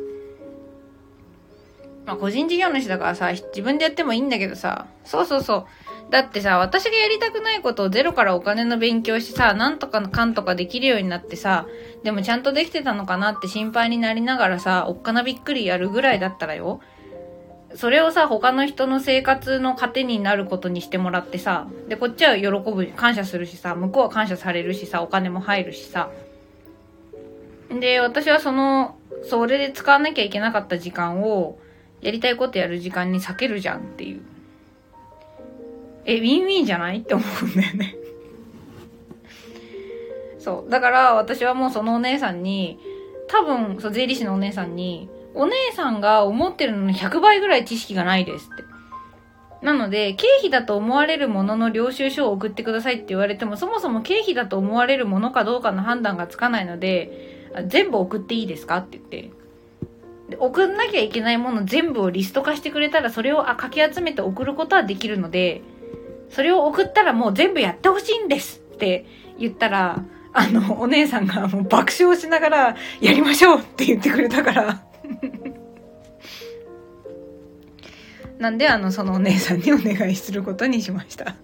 まあ個人事業主だからさ、自分でやってもいいんだけどさ、そうだってさ、私がやりたくないことをゼロからお金の勉強してさ、なんとかかんとかできるようになってさ、でもちゃんとできてたのかなって心配になりながらさ、おっかなびっくりやるぐらいだったらよ、それをさ、他の人の生活の糧になることにしてもらってさ、でこっちは喜ぶ、感謝するしさ、向こうは感謝されるしさ、お金も入るしさ、で私はそれで使わなきゃいけなかった時間をやりたいことやる時間に避けるじゃんっていう、ウィンウィンじゃないって思うんだよね。そうだから私はもうそのお姉さんに、多分税理士のお姉さんに、お姉さんが思ってるのの100倍ぐらい知識がないですって。なので経費だと思われるものの領収書を送ってくださいって言われても、そもそも経費だと思われるものかどうかの判断がつかないので、全部送っていいですかって言って、で送んなきゃいけないもの全部をリスト化してくれたら、それをかき集めて送ることはできるので、それを送ったらもう全部やってほしいんですって言ったら、お姉さんがもう爆笑しながらやりましょうって言ってくれたからなんでそのお姉さんにお願いすることにしました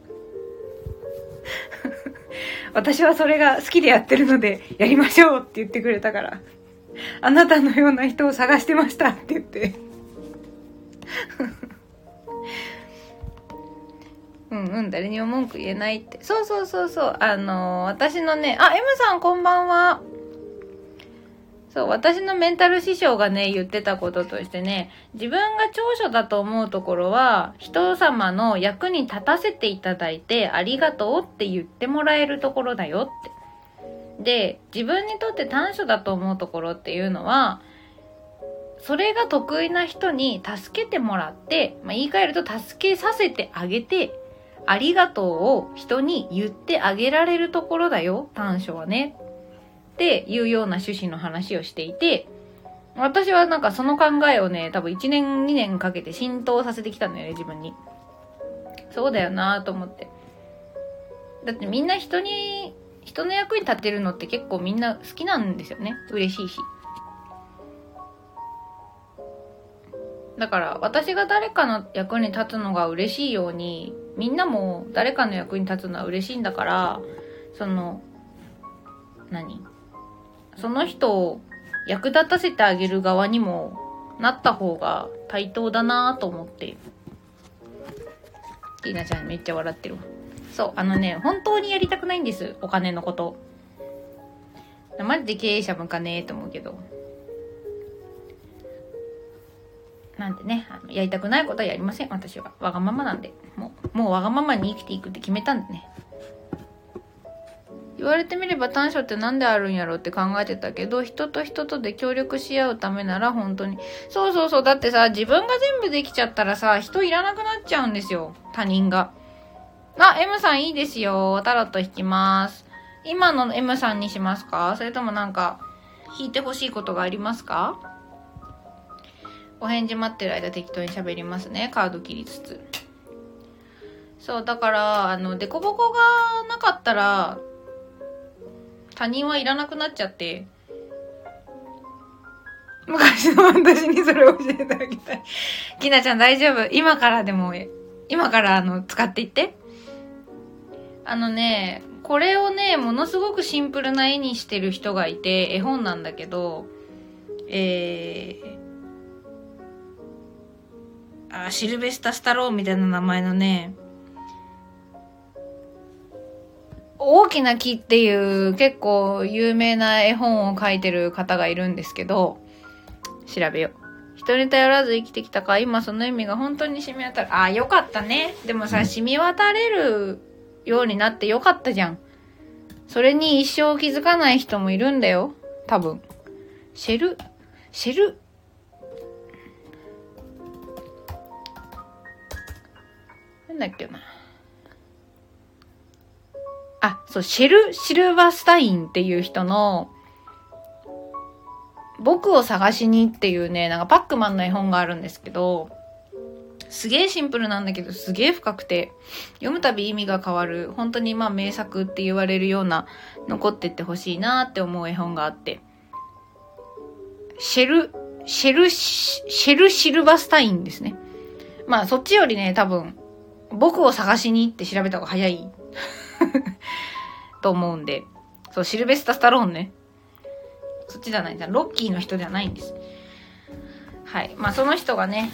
私はそれが好きでやってるのでやりましょうって言ってくれたから、あなたのような人を探してましたって言って誰にも文句言えないって。そう私のね、M さんこんばんは。そう、私のメンタル師匠がね言ってたこととしてね、自分が長所だと思うところは人様の役に立たせていただいてありがとうって言ってもらえるところだよって。で、自分にとって短所だと思うところっていうのは、それが得意な人に助けてもらって、言い換えると助けさせてあげて、ありがとうを人に言ってあげられるところだよ、短所はねっていうような趣旨の話をしていて、私はなんかその考えをね、多分1年2年かけて浸透させてきたんだよね、自分に。そうだよなと思って。だってみんな人の役に立てるのって結構みんな好きなんですよね。嬉しいし。だから私が誰かの役に立つのが嬉しいように、みんなも誰かの役に立つのは嬉しいんだから、 その人を役立たせてあげる側にもなった方が対等だなと思って。ティーナちゃんめっちゃ笑ってるわ。そう、本当にやりたくないんです、お金のこと。マジで経営者向かねえと思うけど。なんでね、やりたくないことはやりません、私は。わがままなんで。もうわがままに生きていくって決めたんでね。言われてみれば短所ってなんであるんやろって考えてたけど、人と人とで協力し合うためなら本当に。そう。だってさ、自分が全部できちゃったらさ、人いらなくなっちゃうんですよ。他人が。M さんいいですよ。タロット引きます。今の M さんにしますか？それともなんか、引いてほしいことがありますか？お返事待ってる間適当に喋りますね。カード切りつつ。そう、だから、デコボコがなかったら、他人はいらなくなっちゃって、昔の私にそれを教えてあげたい。きなちゃん大丈夫。今から使っていって。これをね、ものすごくシンプルな絵にしてる人がいて、絵本なんだけど、シルベスタ・スタローンみたいな名前のね、大きな木っていう結構有名な絵本を描いてる方がいるんですけど、調べよう。人に頼らず生きてきたか、今その意味が本当に染み渡る。よかったね。でもさ、染み渡れるようになってよかったじゃん。それに一生気づかない人もいるんだよ。多分。シェル。なんだっけな。シルバースタインっていう人の、僕を探しにっていうね、なんかパックマンの絵本があるんですけど、すげえシンプルなんだけど、すげえ深くて、読むたび意味が変わる、本当に名作って言われるような、残ってってほしいなって思う絵本があって、シルバースタインですね。そっちよりね、多分、僕を探しにって調べた方が早いと思うんで、そう、シルベスタ・スタローンね。そっちじゃないんだ。ロッキーの人ではないんです。はい。その人がね、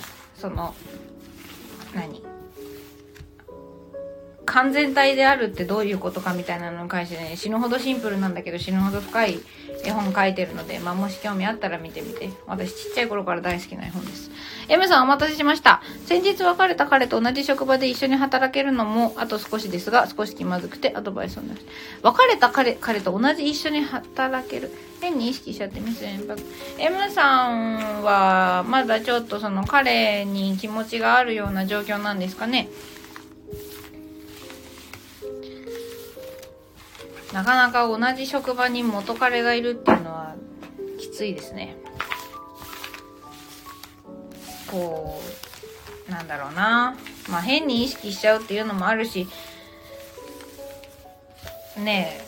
完全体であるってどういうことかみたいなのに関してね、死ぬほどシンプルなんだけど死ぬほど深い絵本書いてるので、もし興味あったら見てみて。私ちっちゃい頃から大好きな絵本です。M さんお待たせしました。先日別れた彼と同じ職場で一緒に働けるのもあと少しですが、少し気まずくてアドバイスをなる。別れた彼と同じ一緒に働ける。変に意識しちゃってミス連発。M さんはまだちょっと彼に気持ちがあるような状況なんですかね。なかなか同じ職場に元彼がいるっていうのはきついですね。なんだろうな。変に意識しちゃうっていうのもあるし、ね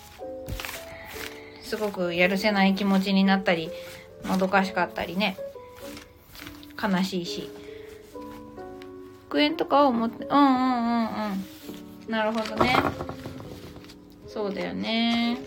え、すごくやるせない気持ちになったり、もどかしかったりね、悲しいし。復縁とかを思って、なるほどね。そうだよね。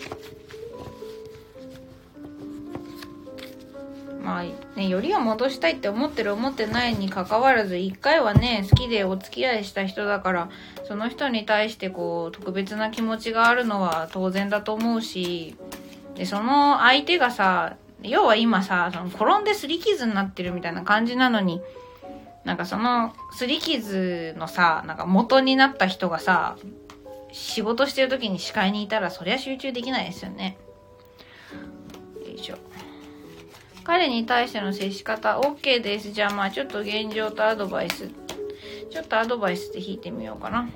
よりを戻したいって思ってる思ってないに関わらず、一回はね、好きでお付き合いした人だから、その人に対して特別な気持ちがあるのは当然だと思うし、で、その相手がさ、要は今さ、転んで擦り傷になってるみたいな感じなのに、その擦り傷のさ、元になった人がさ、仕事してる時に視界にいたらそりゃ集中できないですよね。よいしょ。彼に対しての接し方 OK です。じゃあちょっと現状とアドバイス、ちょっとアドバイスで引いてみようかな。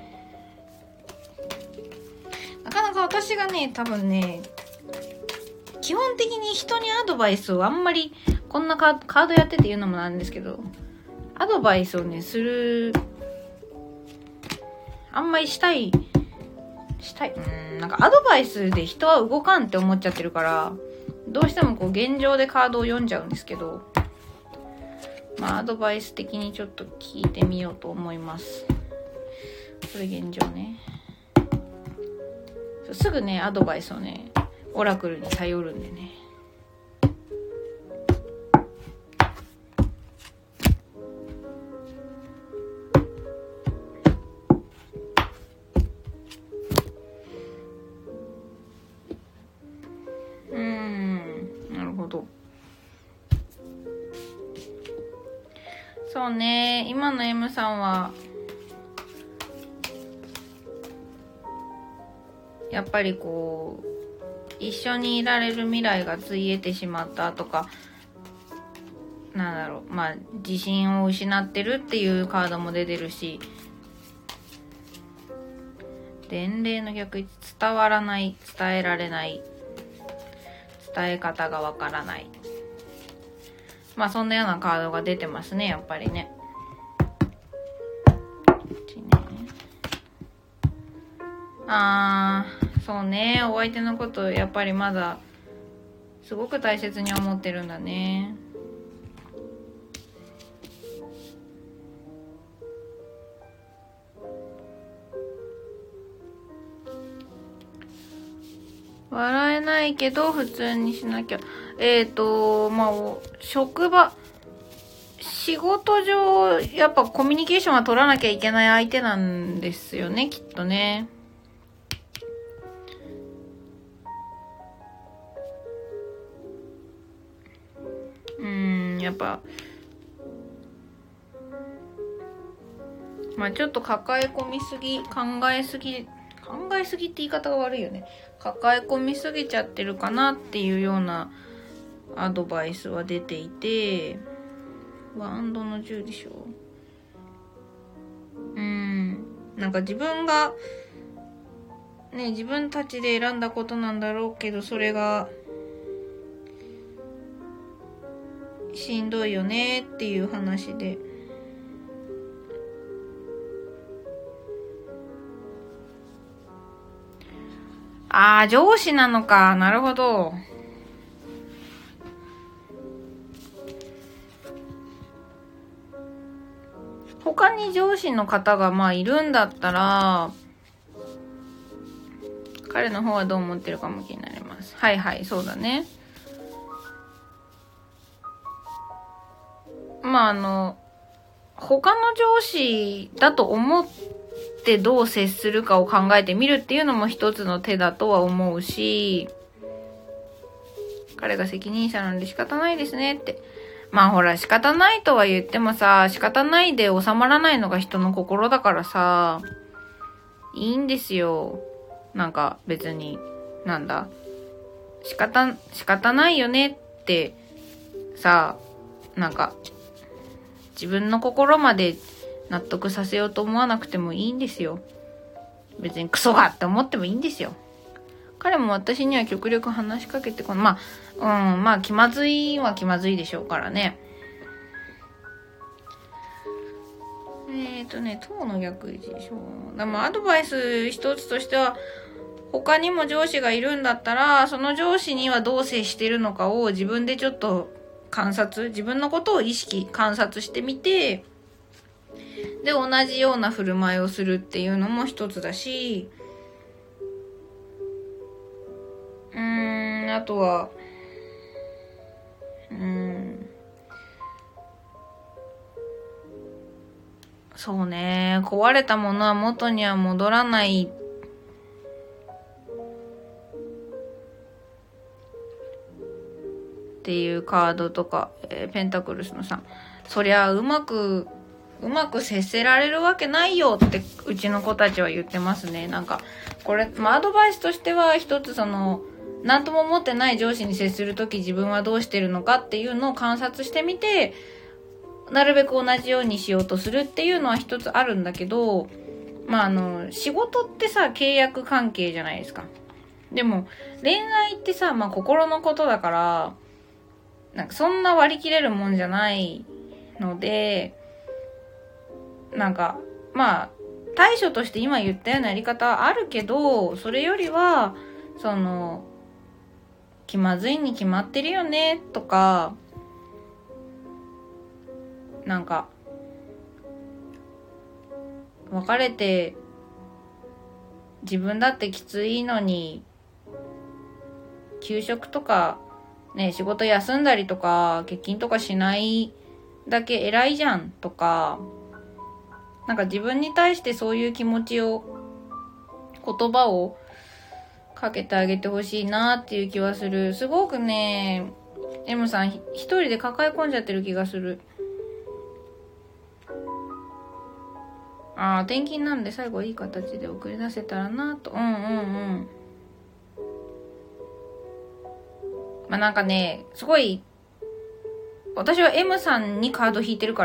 なかなか私がね、多分ね、基本的に人にアドバイスをあんまり、こんなカードやってて言うのもなんですけど、アドバイスをねする、あんまりしたいアドバイスで人は動かんって思っちゃってるから、どうしても現状でカードを読んじゃうんですけど、アドバイス的にちょっと聞いてみようと思います。これ現状ね。すぐねアドバイスをね、 オラクルに頼るんでね。なるほど。そうね、今の M さんはやっぱりこう一緒にいられる未来がついえてしまったとか、なんだろう、まあ自信を失ってるっていうカードも出てるし、伝令の逆位置、伝わらない、伝えられない、伝え方がわからない、まあそんなようなカードが出てますね、やっぱりね。そうね、お相手のことやっぱりまだすごく大切に思ってるんだね。笑えないけど普通にしなきゃ。まあ職場、仕事上やっぱコミュニケーションは取らなきゃいけない相手なんですよね、きっとね。やっぱまあちょっと抱え込みすぎ、考えすぎって言い方が悪いよね。抱え込みすぎちゃってるかなっていうようなアドバイスは出ていて、ワンドの10でしょ。なんか自分がね、自分たちで選んだことなんだろうけど、それがしんどいよねっていう話で。上司なのか。なるほど。他に上司の方がまあいるんだったら、彼の方はどう思ってるかも気になります。はいはい、そうだね。まあ他の上司だと思ってどう接するかを考えてみるっていうのも一つの手だとは思うし、彼が責任者なんで仕方ないですねって。まあほら仕方ないとは言ってもさ、仕方ないで収まらないのが人の心だからさ、いいんですよ。なんか別に、なんだ、仕方ないよねってさ、なんか自分の心まで納得させようと思わなくてもいいんですよ。別にクソがって思ってもいいんですよ。彼も私には極力話しかけてこない。まあ気まずいは気まずいでしょうからね。塔の逆位置でしょ。でもアドバイス一つとしては、他にも上司がいるんだったら、その上司にはどう接してるのかを自分でちょっと自分のことを観察してみて、で、同じような振る舞いをするっていうのも一つだし、あとは、そうね、壊れたものは元には戻らないっていうカードとか、ペンタクルスの3。そりゃうまく接せられるわけないよってうちの子たちは言ってますね。なんか、これ、アドバイスとしては一つなんとも思ってない上司に接するとき自分はどうしてるのかっていうのを観察してみて、なるべく同じようにしようとするっていうのは一つあるんだけど、仕事ってさ、契約関係じゃないですか。でも、恋愛ってさ、心のことだから、なんかそんな割り切れるもんじゃないので、なんか、対処として今言ったようなやり方はあるけど、それよりは、気まずいに決まってるよね、とか、なんか、別れて、自分だってきついのに、 休職とか、ね、仕事休んだりとか、欠勤とかしないだけ偉いじゃんとか、なんか自分に対してそういう気持ちを、言葉をかけてあげてほしいなっていう気はする。すごくね、M さん一人で抱え込んじゃってる気がする。転勤なんで最後いい形で送り出せたらなと。まあなんかね、すごい、私は M さんにカード引いてるから、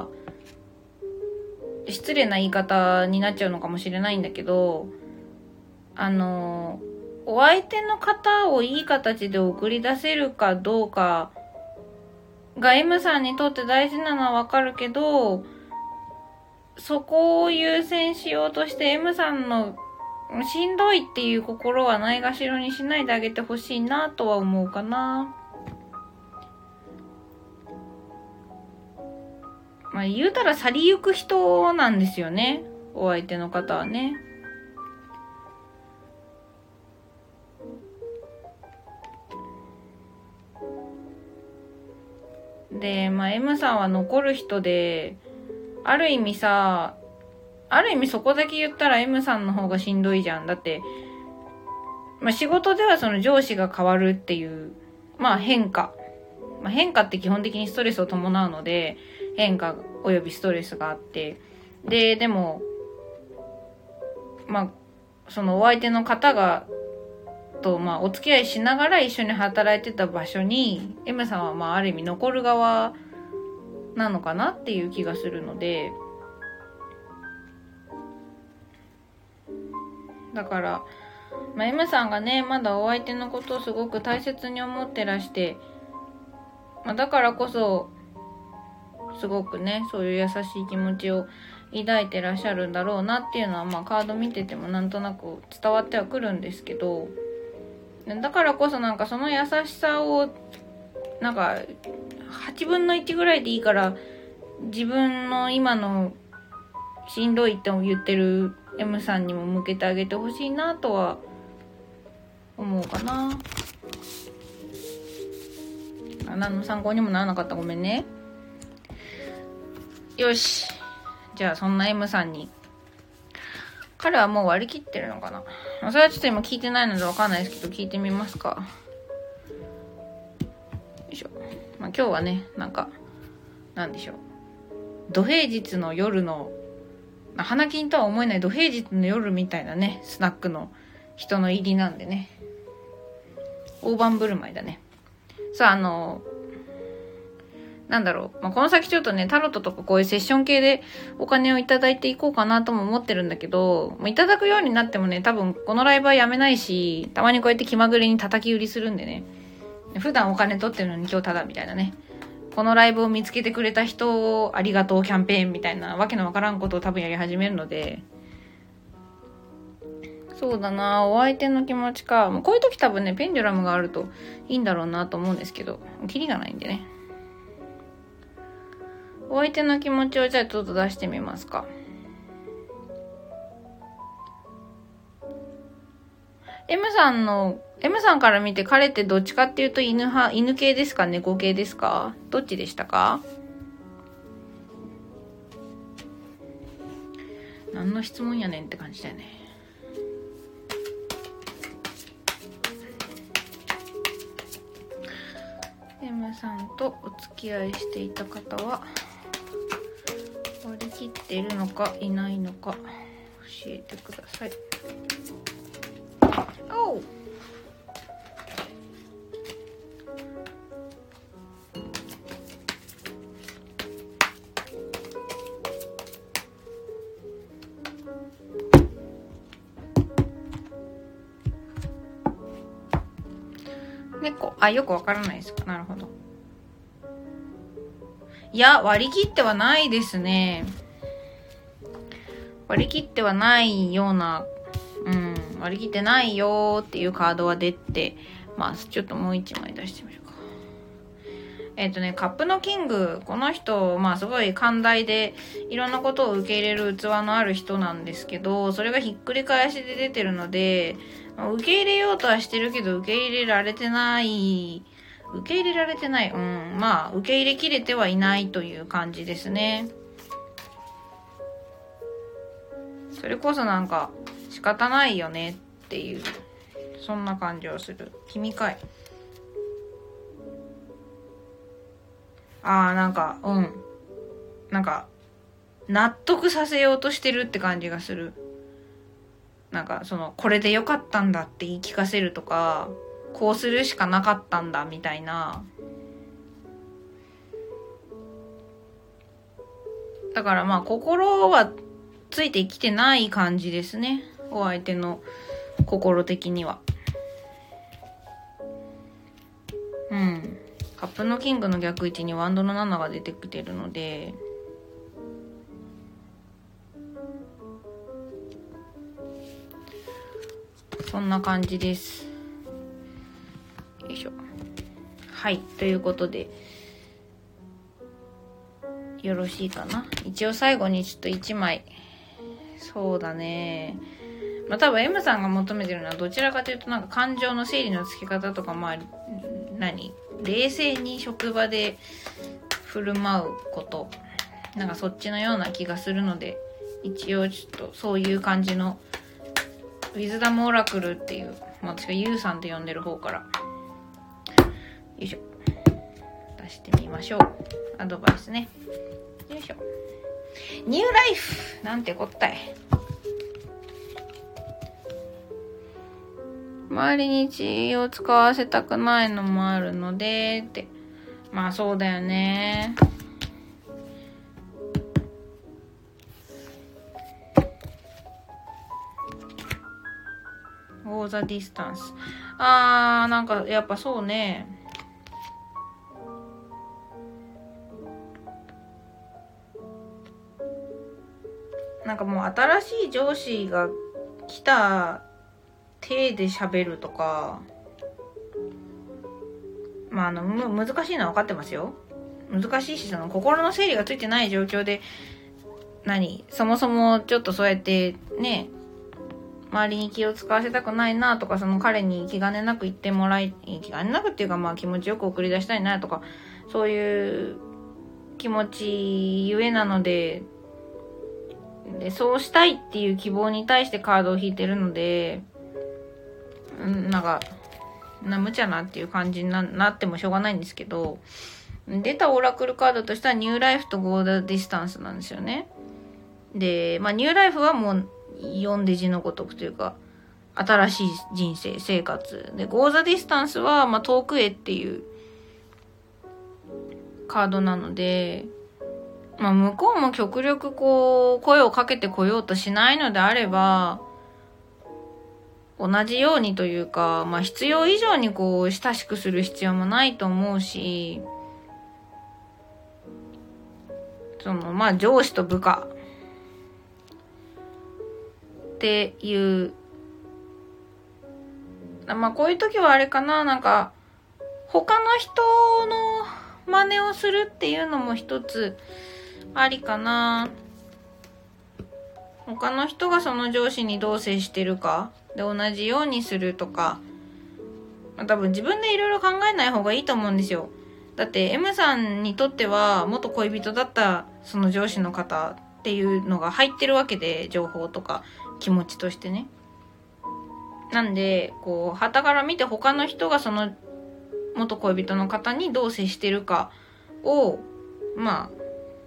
失礼な言い方になっちゃうのかもしれないんだけど、お相手の方をいい形で送り出せるかどうかが M さんにとって大事なのはわかるけど、そこを優先しようとして M さんのしんどいっていう心はないがしろにしないであげてほしいなとは思うかな。まあ言うたら去りゆく人なんですよね、お相手の方はね。で、まあ M さんは残る人で、ある意味そこだけ言ったら M さんの方がしんどいじゃん。だって、まあ仕事ではその上司が変わるっていう、まあ変化。まあ変化って基本的にストレスを伴うので、変化およびストレスがあって。でも、まあ、そのお相手の方とお付き合いしながら一緒に働いてた場所に M さんはある意味残る側なのかなっていう気がするので、だから、M さんがねまだお相手のことをすごく大切に思ってらして、だからこそすごくねそういう優しい気持ちを抱いてらっしゃるんだろうなっていうのはカード見ててもなんとなく伝わってはくるんですけど、だからこそなんかその優しさをなんか8分の1ぐらいでいいから自分の今のしんどいって言ってる M さんにも向けてあげてほしいなとは思うかな。何の参考にもならなかった、ごめんね。よし、じゃあそんな M さんに、彼はもう割り切ってるのかな。それはちょっと今聞いてないのでわかんないですけど、聞いてみますか。よいしょ。今日はね、なんでしょう、土平日の夜の花金とは思えない土平日の夜みたいなねスナックの人の入りなんでね、大盤振る舞いだね。さあなんだろう、この先ちょっとねタロットとかこういうセッション系でお金をいただいていこうかなとも思ってるんだけど、いただくようになってもね多分このライブはやめないし、たまにこうやって気まぐれに叩き売りするんでね、普段お金取ってるのに今日ただみたいなね、このライブを見つけてくれた人をありがとうキャンペーンみたいなわけのわからんことを多分やり始めるので、そうだな、お相手の気持ちか。こういう時多分ねペンデュラムがあるといいんだろうなと思うんですけど、キリがないんでね。お相手の気持ちをじゃあちょっと出してみますか。M さんから見て彼ってどっちかっていうと犬系ですか猫系ですか、どっちでしたか。何の質問やねんって感じだよね。M さんとお付き合いしていた方は割り切っているのかいないのか教えてください。おう、猫、よくわからないですか。なるほど。いや、割り切ってはないですね。割り切ってはないような、割り切ってないよっていうカードは出てます。ちょっともう一枚出してみるか。 カップのキング、この人、まあすごい寛大で、いろんなことを受け入れる器のある人なんですけど、それがひっくり返しで出てるので、受け入れようとはしてるけど、受け入れられてない、まあ、受け入れきれてはいないという感じですね。それこそなんか、仕方ないよねっていう、そんな感じをする。君かい。なんか、なんか、納得させようとしてるって感じがする。なんか、これで良かったんだって言い聞かせるとか、こうするしかなかったんだみたいな。だからまあ、心はついてきてない感じですね。お相手の心的には。カップのキングの逆位置にワンドの7が出てきてるので、そんな感じです。よいしょ。はい、ということで、よろしいかな。一応最後にちょっと1枚。そうだね。まあ多分 M さんが求めてるのはどちらかというとなんか感情の整理のつけ方とか、まあ、冷静に職場で振る舞うこと。なんかそっちのような気がするので、一応ちょっとそういう感じのウィズダムオラクルっていう、まあ、私がユウさんって呼んでる方からよいしょ出してみましょう。アドバイスね。よいしょ。ニューライフなんてこったい。周りに血を使わせたくないのもあるのでって。まあそうだよね。Go the distance。なんかやっぱそうね。なんかもう新しい上司が来た体で喋るとか、まあ難しいのは分かってますよ。難しいし、心の整理がついてない状況で、そもそもちょっとそうやってね、周りに気を使わせたくないなとか、彼に気兼ねなく言ってもらい、気兼ねなくっていうかまあ気持ちよく送り出したいなとか、そういう気持ちゆえなので、そうしたいっていう希望に対してカードを引いてるので、なんか、無茶なっていう感じに なってもしょうがないんですけど、出たオラクルカードとしてはニューライフとゴーダディスタンスなんですよね。で、まあニューライフはもう4デジのごとくというか、新しい人生、生活。で、ゴーザディスタンスは、まあ遠くへっていうカードなので、まあ向こうも極力こう、声をかけてこようとしないのであれば、同じようにというか、まあ必要以上にこう、親しくする必要もないと思うし、まあ上司と部下っていう、まあこういう時はあれかな、なんか、他の人の真似をするっていうのも一つありかな。他の人がその上司にどう接してるかで同じようにするとか、多分自分でいろいろ考えない方がいいと思うんですよ。だって M さんにとっては元恋人だったその上司の方っていうのが入ってるわけで、情報とか気持ちとしてね。なんでこう傍から見て他の人がその元恋人の方にどう接してるかをまあ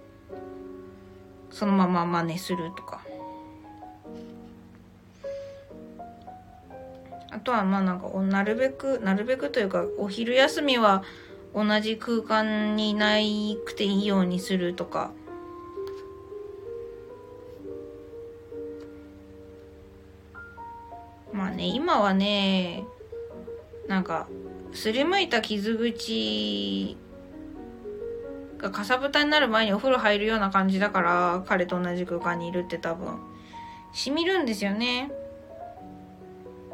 そのまま真似するとか、あとはまあなんかなるべくというか、お昼休みは同じ空間にいなくていいようにするとか、まあね、今はね、なんかすりむいた傷口がかさぶたになる前にお風呂入るような感じだから、彼と同じ空間にいるって多分染みるんですよね。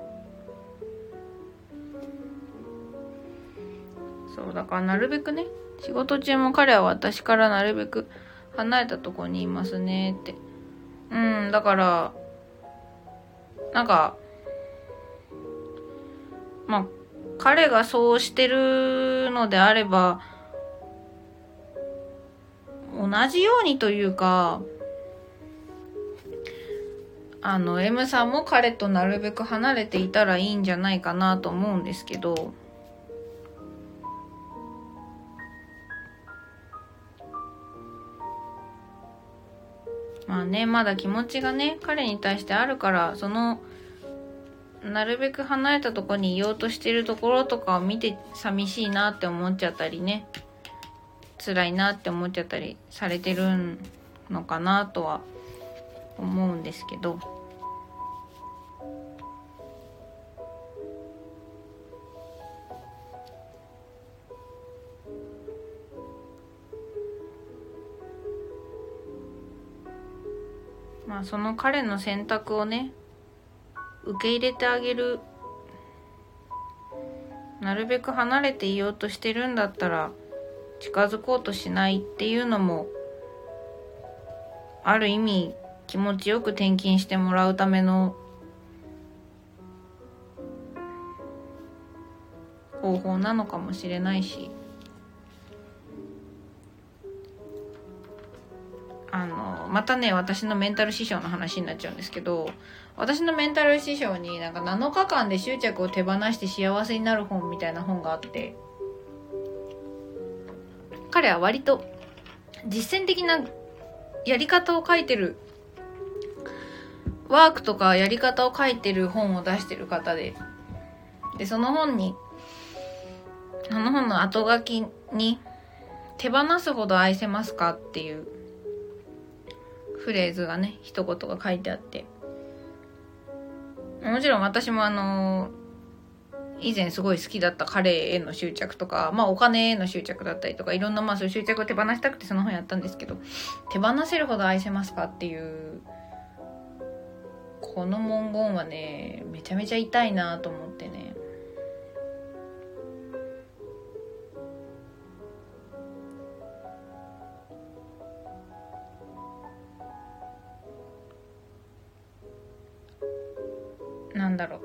そうだからなるべくね、 仕事中も彼は私からなるべく離れたところにいますねって。だから、なんか、まあ、彼がそうしてるのであれば、同じようにというか、M さんも彼となるべく離れていたらいいんじゃないかなと思うんですけど、まあね、まだ気持ちがね、彼に対してあるから、なるべく離れたところにいようとしてるところとかを見て寂しいなって思っちゃったりね、辛いなって思っちゃったりされてるのかなとは思うんですけど、まあその彼の選択をね、受け入れてあげる。なるべく離れていようとしてるんだったら近づこうとしないっていうのも、ある意味気持ちよく転勤してもらうための方法なのかもしれないし、またね、私のメンタル師匠の話になっちゃうんですけど、私のメンタル師匠になんか7日間で執着を手放して幸せになる本みたいな本があって、彼は割と実践的なやり方を書いてる、ワークとかやり方を書いてる本を出してる方で、その本の後書きに手放すほど愛せますかっていうフレーズがね、一言が書いてあって、もちろん私も以前すごい好きだった彼への執着とか、まあお金への執着だったりとか、いろんなそういう執着を手放したくてその本やったんですけど、手放せるほど愛せますかっていうこの文言はね、めちゃめちゃ痛いなと思ってね。なんだろう、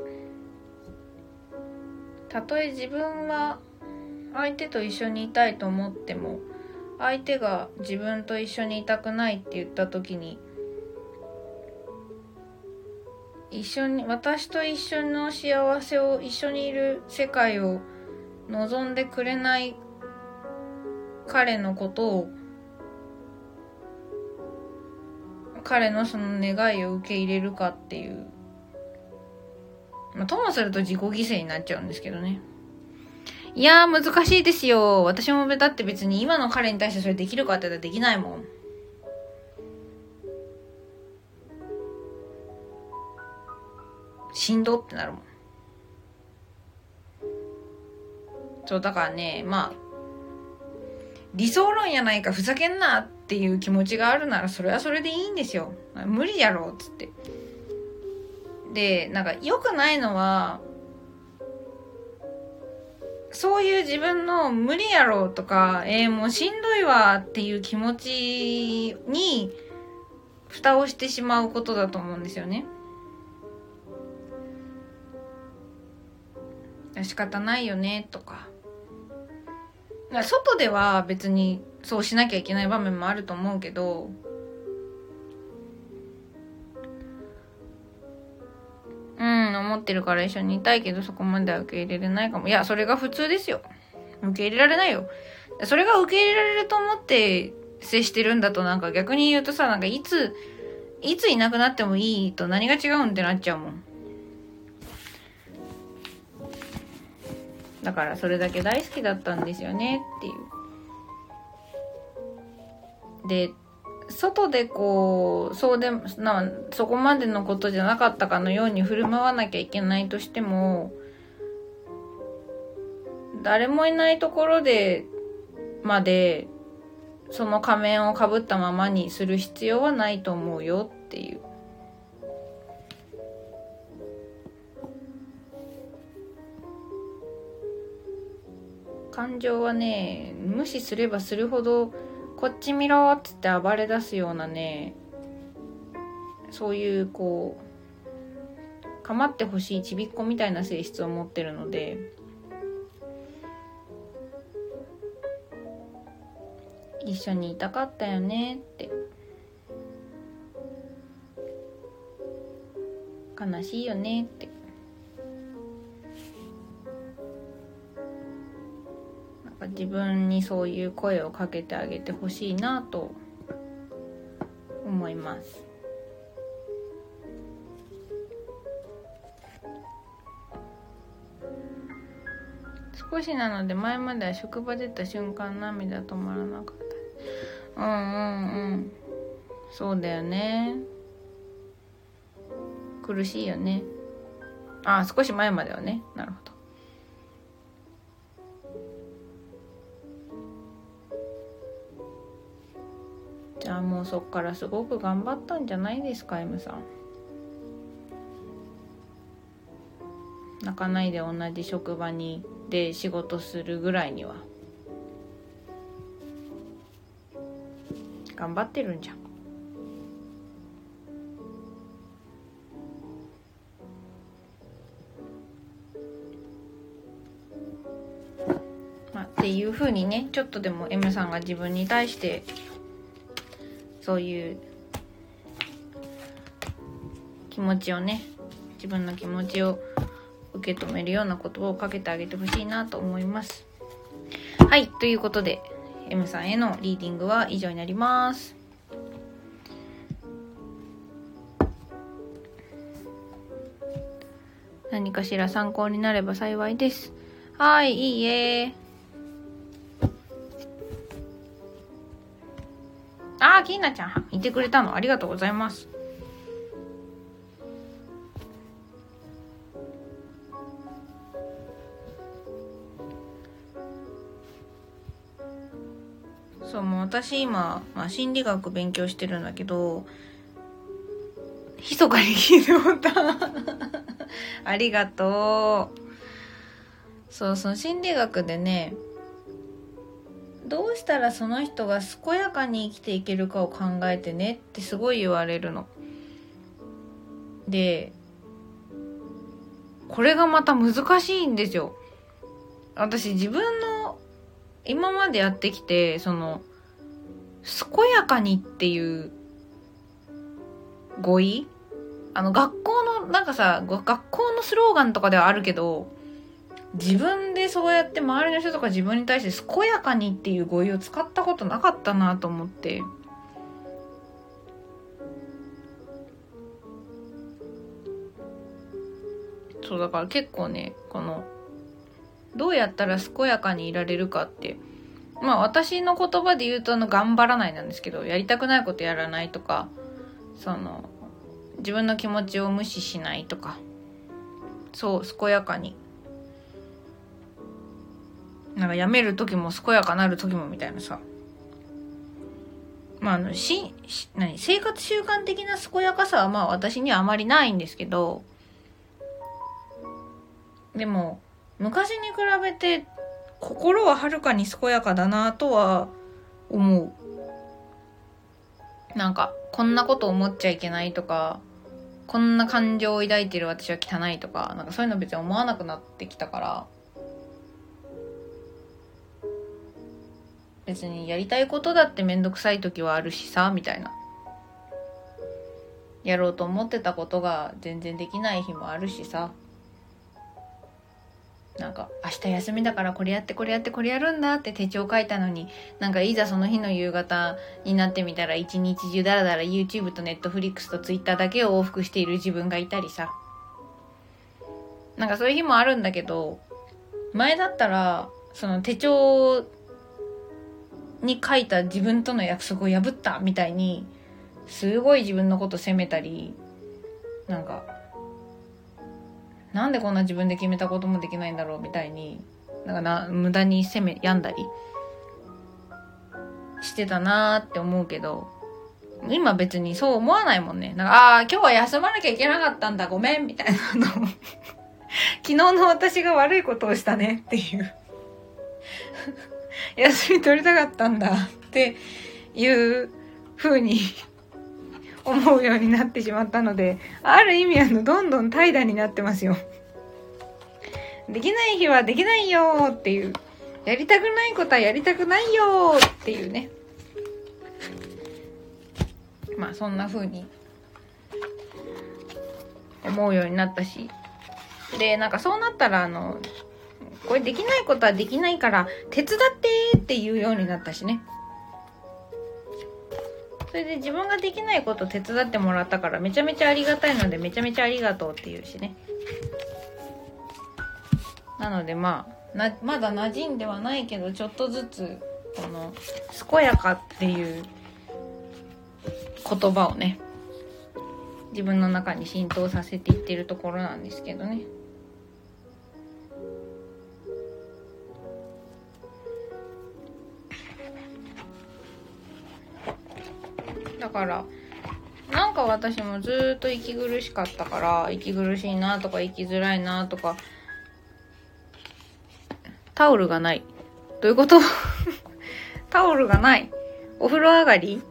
たとえ自分は相手と一緒にいたいと思っても、相手が自分と一緒にいたくないって言った時に、私と一緒の幸せを、一緒にいる世界を望んでくれない彼のことを、彼のその願いを受け入れるかっていう、ともすると自己犠牲になっちゃうんですけどね。いやー難しいですよ。私もだって別に今の彼に対してそれできるかって言ったらできないもん。しんどってなるもん。そうだからね、理想論やないか、ふざけんなっていう気持ちがあるならそれはそれでいいんですよ。無理やろっつって。で、なんか良くないのは、そういう自分の無理やろとか、もうしんどいわっていう気持ちに蓋をしてしまうことだと思うんですよね。仕方ないよねとか。外では別にそうしなきゃいけない場面もあると思うけど、思ってるから一緒にいたいけどそこまでは受け入れれないかも。いや、それが普通ですよ。受け入れられないよ。それが受け入れられると思って接してるんだと、なんか逆に言うとさ、なんかいついなくなってもいいと何が違うんってなっちゃうもん。だからそれだけ大好きだったんですよねっていう。で、外でそこまでのことじゃなかったかのように振る舞わなきゃいけないとしても、誰もいないところでまでその仮面をかぶったままにする必要はないと思うよっていう。 感情はね、無視すればするほどこっち見ろっつって暴れ出すようなね、そういうこう構ってほしいちびっこみたいな性質を持ってるので、一緒にいたかったよねって、悲しいよねって、なんか自分にそういう声をかけてあげてほしいなと思います。少しなので前までは職場出た瞬間涙止まらなかった。そうだよね。苦しいよね。少し前まではね。なるほど。じゃあもうそっからすごく頑張ったんじゃないですか、M さん。泣かないで同じ職場で仕事するぐらいには頑張ってるんじゃん。っていう風にね、ちょっとでも M さんが自分に対してそういう気持ちをね、自分の気持ちを受け止めるような言葉をかけてあげてほしいなと思います。はい、ということで M さんへのリーディングは以上になります。何かしら参考になれば幸いです。はい、いいえ。きなちゃんいてくれたのありがとうございます。そう、もう私今、心理学勉強してるんだけど、密かに聞いてもらったありがとう。そう、その心理学でね、どうしたらその人が健やかに生きていけるかを考えてねってすごい言われるので、これがまた難しいんですよ。私自分の今までやってきて、その健やかにっていう語彙、学校のなんかさ、学校のスローガンとかではあるけど、自分でそうやって周りの人とか自分に対して健やかにっていう語彙を使ったことなかったなと思って、そうだから結構ね、このどうやったら健やかにいられるかって、私の言葉で言うと頑張らないなんですけど、やりたくないことやらないとか、その自分の気持ちを無視しないとか、そう健やかに、なんかやめる時も健やかなる時もみたいなさ、生活習慣的な健やかさは私にはあまりないんですけど、でも昔に比べて心ははるかに健やかだなとは思う。なんかこんなこと思っちゃいけないとか、こんな感情を抱いてる私は汚いとか、なんかそういうの別に思わなくなってきたから、別にやりたいことだってめんどくさい時はあるしさ、みたいな。やろうと思ってたことが全然できない日もあるしさ。なんか明日休みだからこれやってこれやってこれやるんだって手帳書いたのに、なんかいざその日の夕方になってみたら一日中だらだら YouTube と Netflix と Twitter だけを往復している自分がいたりさ。なんかそういう日もあるんだけど、前だったらその手帳に書いた自分との約束を破ったみたいにすごい自分のこと責めたり、なんでこんな自分で決めたこともできないんだろうみたいに無駄に病んだりしてたなーって思うけど、今別にそう思わないもんね。今日は休まなきゃいけなかったんだごめんみたいなの昨日の私が悪いことをしたねっていう休み取りたかったんだっていう風に思うようになってしまったので、ある意味どんどん怠惰になってますよ。できない日はできないよっていう、やりたくないことはやりたくないよっていうね。まあそんな風に思うようになったし、でなんかそうなったらこれできないことはできないから手伝ってっていうようになったしね。それで自分ができないこと手伝ってもらったからめちゃめちゃありがたいので、めちゃめちゃありがとうっていうしね。なのでまだ馴染んではないけど、ちょっとずつこの健やかっていう言葉をね、自分の中に浸透させていってるところなんですけどね。だからなんか私もずっと息苦しかったから、息苦しいなとか生きづらいなとか、タオルがない。どういうことタオルがない。お風呂上がり？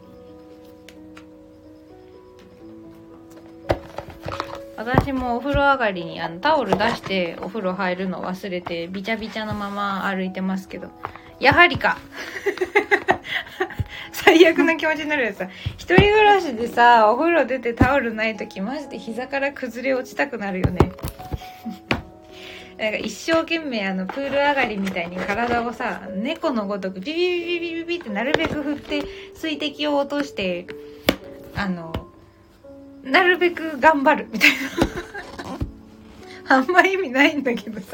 私もお風呂上がりにタオル出してお風呂入るの忘れてビチャビチャのまま歩いてますけど、やはりか最悪な気持ちになるやつさ。一人暮らしでさ、お風呂出てタオルないときマジで膝から崩れ落ちたくなるよねなんか一生懸命プール上がりみたいに体をさ、猫のごとくビビビビビビビってなるべく振って水滴を落としてなるべく頑張るみたいなあんま意味ないんだけどさ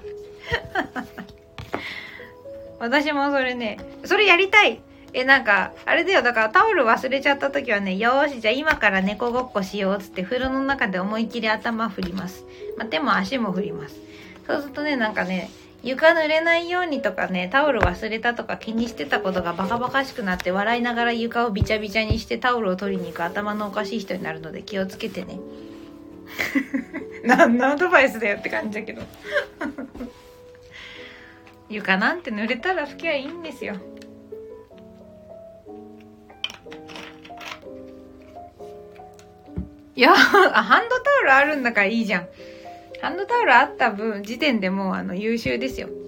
私もそれやりたい。なんかあれだよ、だからタオル忘れちゃった時はね、よーしじゃあ今から猫ごっこしようっつって風呂の中で思いっきり頭振ります。手も足も振ります。そうするとね、なんかね、床濡れないようにとかね、タオル忘れたとか気にしてたことがバカバカしくなって、笑いながら床をビチャビチャにしてタオルを取りに行く頭のおかしい人になるので気をつけてね何のアドバイスだよって感じだけど床なんて濡れたら拭きゃいいんですよ。いやハンドタオルあるんだからいいじゃん。ハンドタオルあった時点でもう優秀ですよ。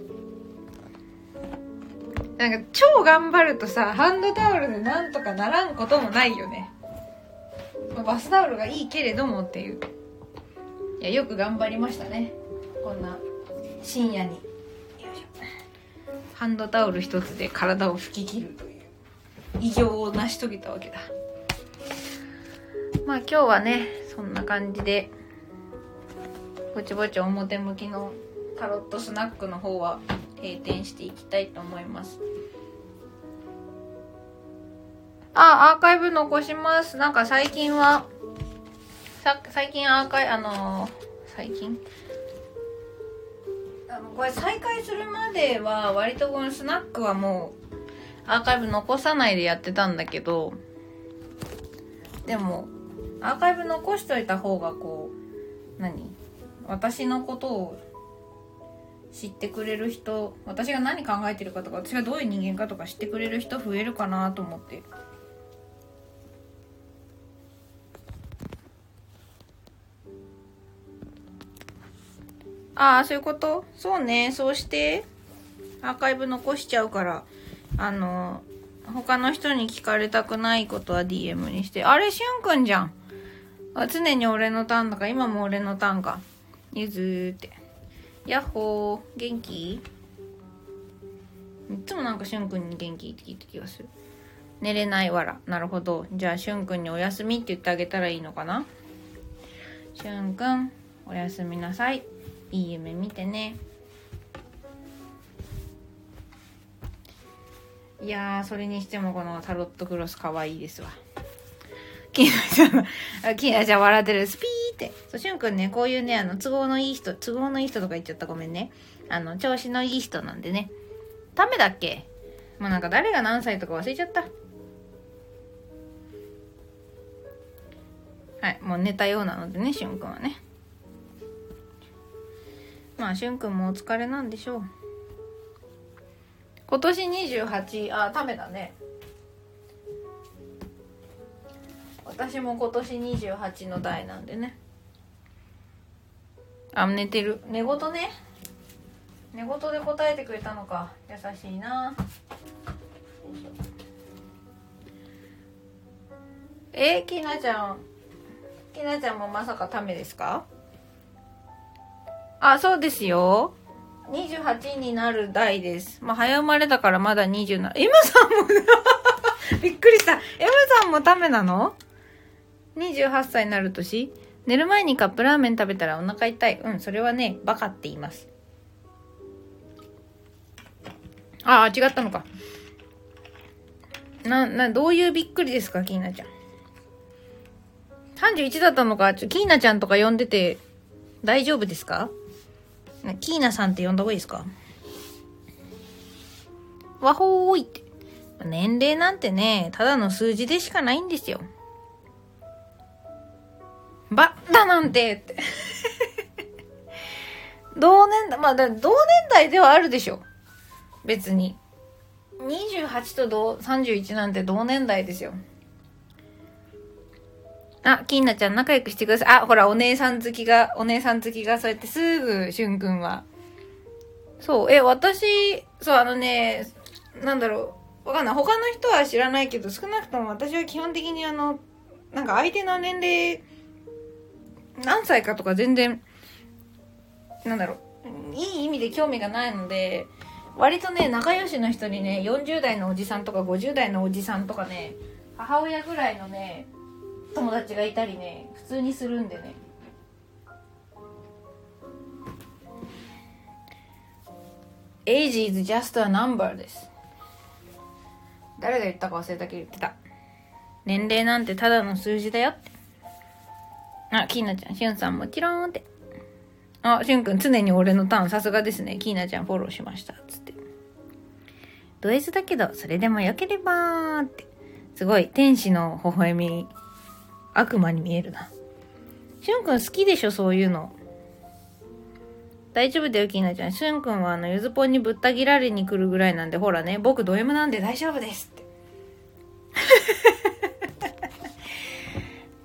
なんか超頑張るとさ、ハンドタオルでなんとかならんこともないよね。バスタオルがいいけれどもっていう。いや、よく頑張りましたね。こんな深夜に。よいしょ。ハンドタオル一つで体を拭き切るという偉業を成し遂げたわけだ。まあ今日はね、そんな感じでぼちぼち表向きのタロットスナックの方は閉店していきたいと思います。アーカイブ残します。なんか最近アーカイ最近これ再開するまでは割とこのスナックはもうアーカイブ残さないでやってたんだけど、でもアーカイブ残しといた方が私のことを知ってくれる人、私が何考えてるかとか、私がどういう人間かとか知ってくれる人増えるかなと思って。ああ、そういうこと？そうね、そうしてアーカイブ残しちゃうから、他の人に聞かれたくないことは DM にして、あれしゅんくんじゃん。常に俺のターンだから、今も俺のターンか。ゆずーって。やっほー、元気？いつもなんかしゅんくんに元気って聞いた気がする。寝れないわら。なるほど。じゃあしゅんくんにおやすみって言ってあげたらいいのかな。しゅんくん、おやすみなさい。いい夢見てね。いやー、それにしてもこのタロットクロス可愛いですわ。きなちゃん笑ってる。スピーって。そう、しゅんくんね、こういうね、都合のいい人とか言っちゃった。ごめんね。調子のいい人なんでね。ダメだっけ？もうなんか誰が何歳とか忘れちゃった。はい、もう寝たようなのでね、しゅんくんはね。まあ、しゅんくんもお疲れなんでしょう。 今年28、あ、ためだね。私も今年28の代なんでね。あ、寝てる。寝言ね。寝言で答えてくれたのか。優しいな。きなちゃんもまさかためですか？あ、そうですよ。28になる代です。まあ、早生まれだからまだ27。M さんもびっくりした。M さんもためなの？ 28 歳になる年？寝る前にカップラーメン食べたらお腹痛い。うん、それはね、バカって言います。あ、違ったのか。どういうびっくりですか、キーナちゃん。31だったのか、キーナちゃんとか呼んでて大丈夫ですか？キーナさんって呼んだ方がいいですか？わほーいって。年齢なんてね、ただの数字でしかないんですよ。バだなんてって。同年代ではあるでしょ。別に。28と31なんて同年代ですよ。あ、きんなちゃん仲良くしてください。あ、ほら、お姉さん好きが、そうやってすぐ、しゅんくんは。そう、私、そう、なんだろう、わかんない。他の人は知らないけど、少なくとも私は基本的になんか相手の年齢、何歳かとか全然、なんだろう、いい意味で興味がないので、割とね、仲良しの人にね、40代のおじさんとか50代のおじさんとかね、母親ぐらいのね、友達がいたりね、普通にするんでね。Age is just a number です。誰が言ったか忘れたけど言ってた。年齢なんてただの数字だよって。あ、キーナちゃん、しゅんさんもちろんって。あ、しゅんくん常に俺のターンさすがですね。キーナちゃんフォローしましたつって。ド S だけどそれでもよければって。すごい天使の微笑み、悪魔に見えるな。しゅんくん好きでしょ、そういうの。大丈夫だよ、キーナちゃん。しゅんくんはゆずぽんにぶった切られに来るぐらいなんで、ほらね、僕ド M なんで大丈夫ですって。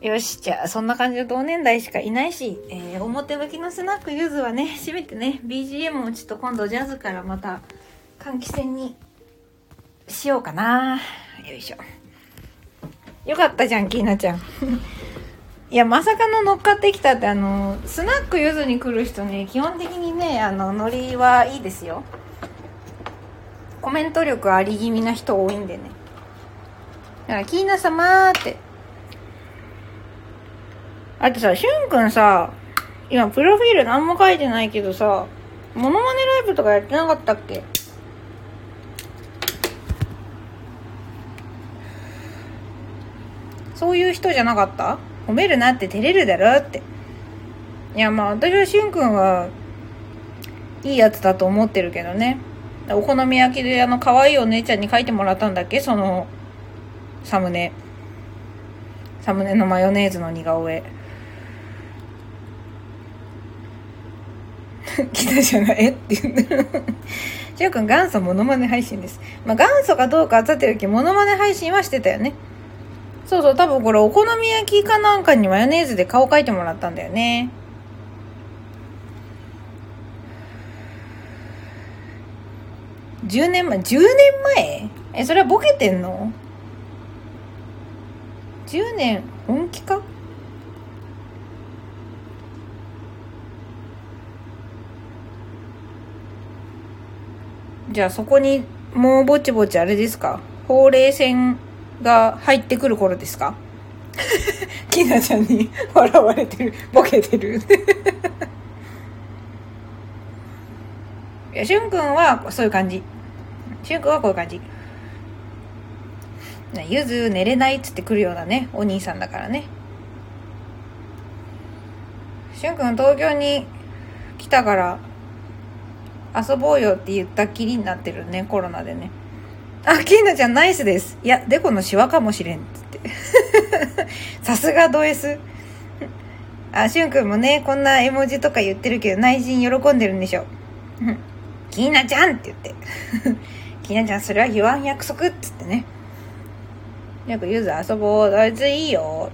よし、じゃあそんな感じの同年代しかいないし、表向きのスナックゆずはね、閉めてね、BGM をちょっと今度ジャズからまた換気扇にしようかな。よいしょ。よかったじゃん、キーナちゃん。いや、まさかの乗っかってきたって、スナックゆずに来る人ね、基本的にね、ノリはいいですよ。コメント力あり気味な人多いんでね。だから、キーナ様ーって。あとさ、しゅんくんさ、今、プロフィール何も書いてないけどさ、モノマネライブとかやってなかったっけ？そういう人じゃなかった？褒めるなって照れるだろって。いや、まあ私はしゅんくんはいいやつだと思ってるけどね。お好み焼きで可愛いお姉ちゃんに書いてもらったんだっけ、そのサムネのマヨネーズの似顔絵。来たじゃないって言うんだよ。しゅんくん元祖モノマネ配信です。まあ元祖かどうかはさておき、モノマネ配信はしてたよね。そうそう、多分これお好み焼きかなんかにマヨネーズで顔描いてもらったんだよね。10年前？それはボケてんの？ 10 年本気か？じゃあそこにもうぼちぼちあれですか？ほうれい線が入ってくる頃ですか？きなちゃんに笑われてる、ボケてる。いや、しゅんくんはそういう感じ。しゅんくんはこういう感じ。ゆず寝れないっつってくるようなね、お兄さんだからね。しゅんくん東京に来たから遊ぼうよって言ったきりになってるね、コロナでね。あ、きなちゃんナイスです。いや、デコのシワかもしれんっつって。さすがド S。あ、しゅんくんもね、こんな絵文字とか言ってるけど内心喜んでるんでしょ。きなちゃんって言って。 きなちゃんそれは言わん約束っつってね。よくゆず遊ぼう。あいついいよ。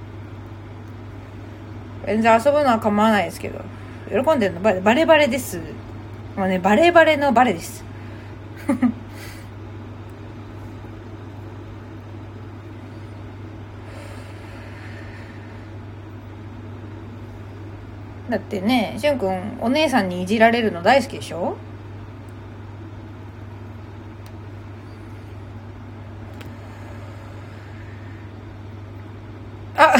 全然遊ぶのは構わないですけど。喜んでるのバレバレです。もうね、バレバレのバレです。だってね、しゅんくんお姉さんにいじられるの大好きでしょ。あ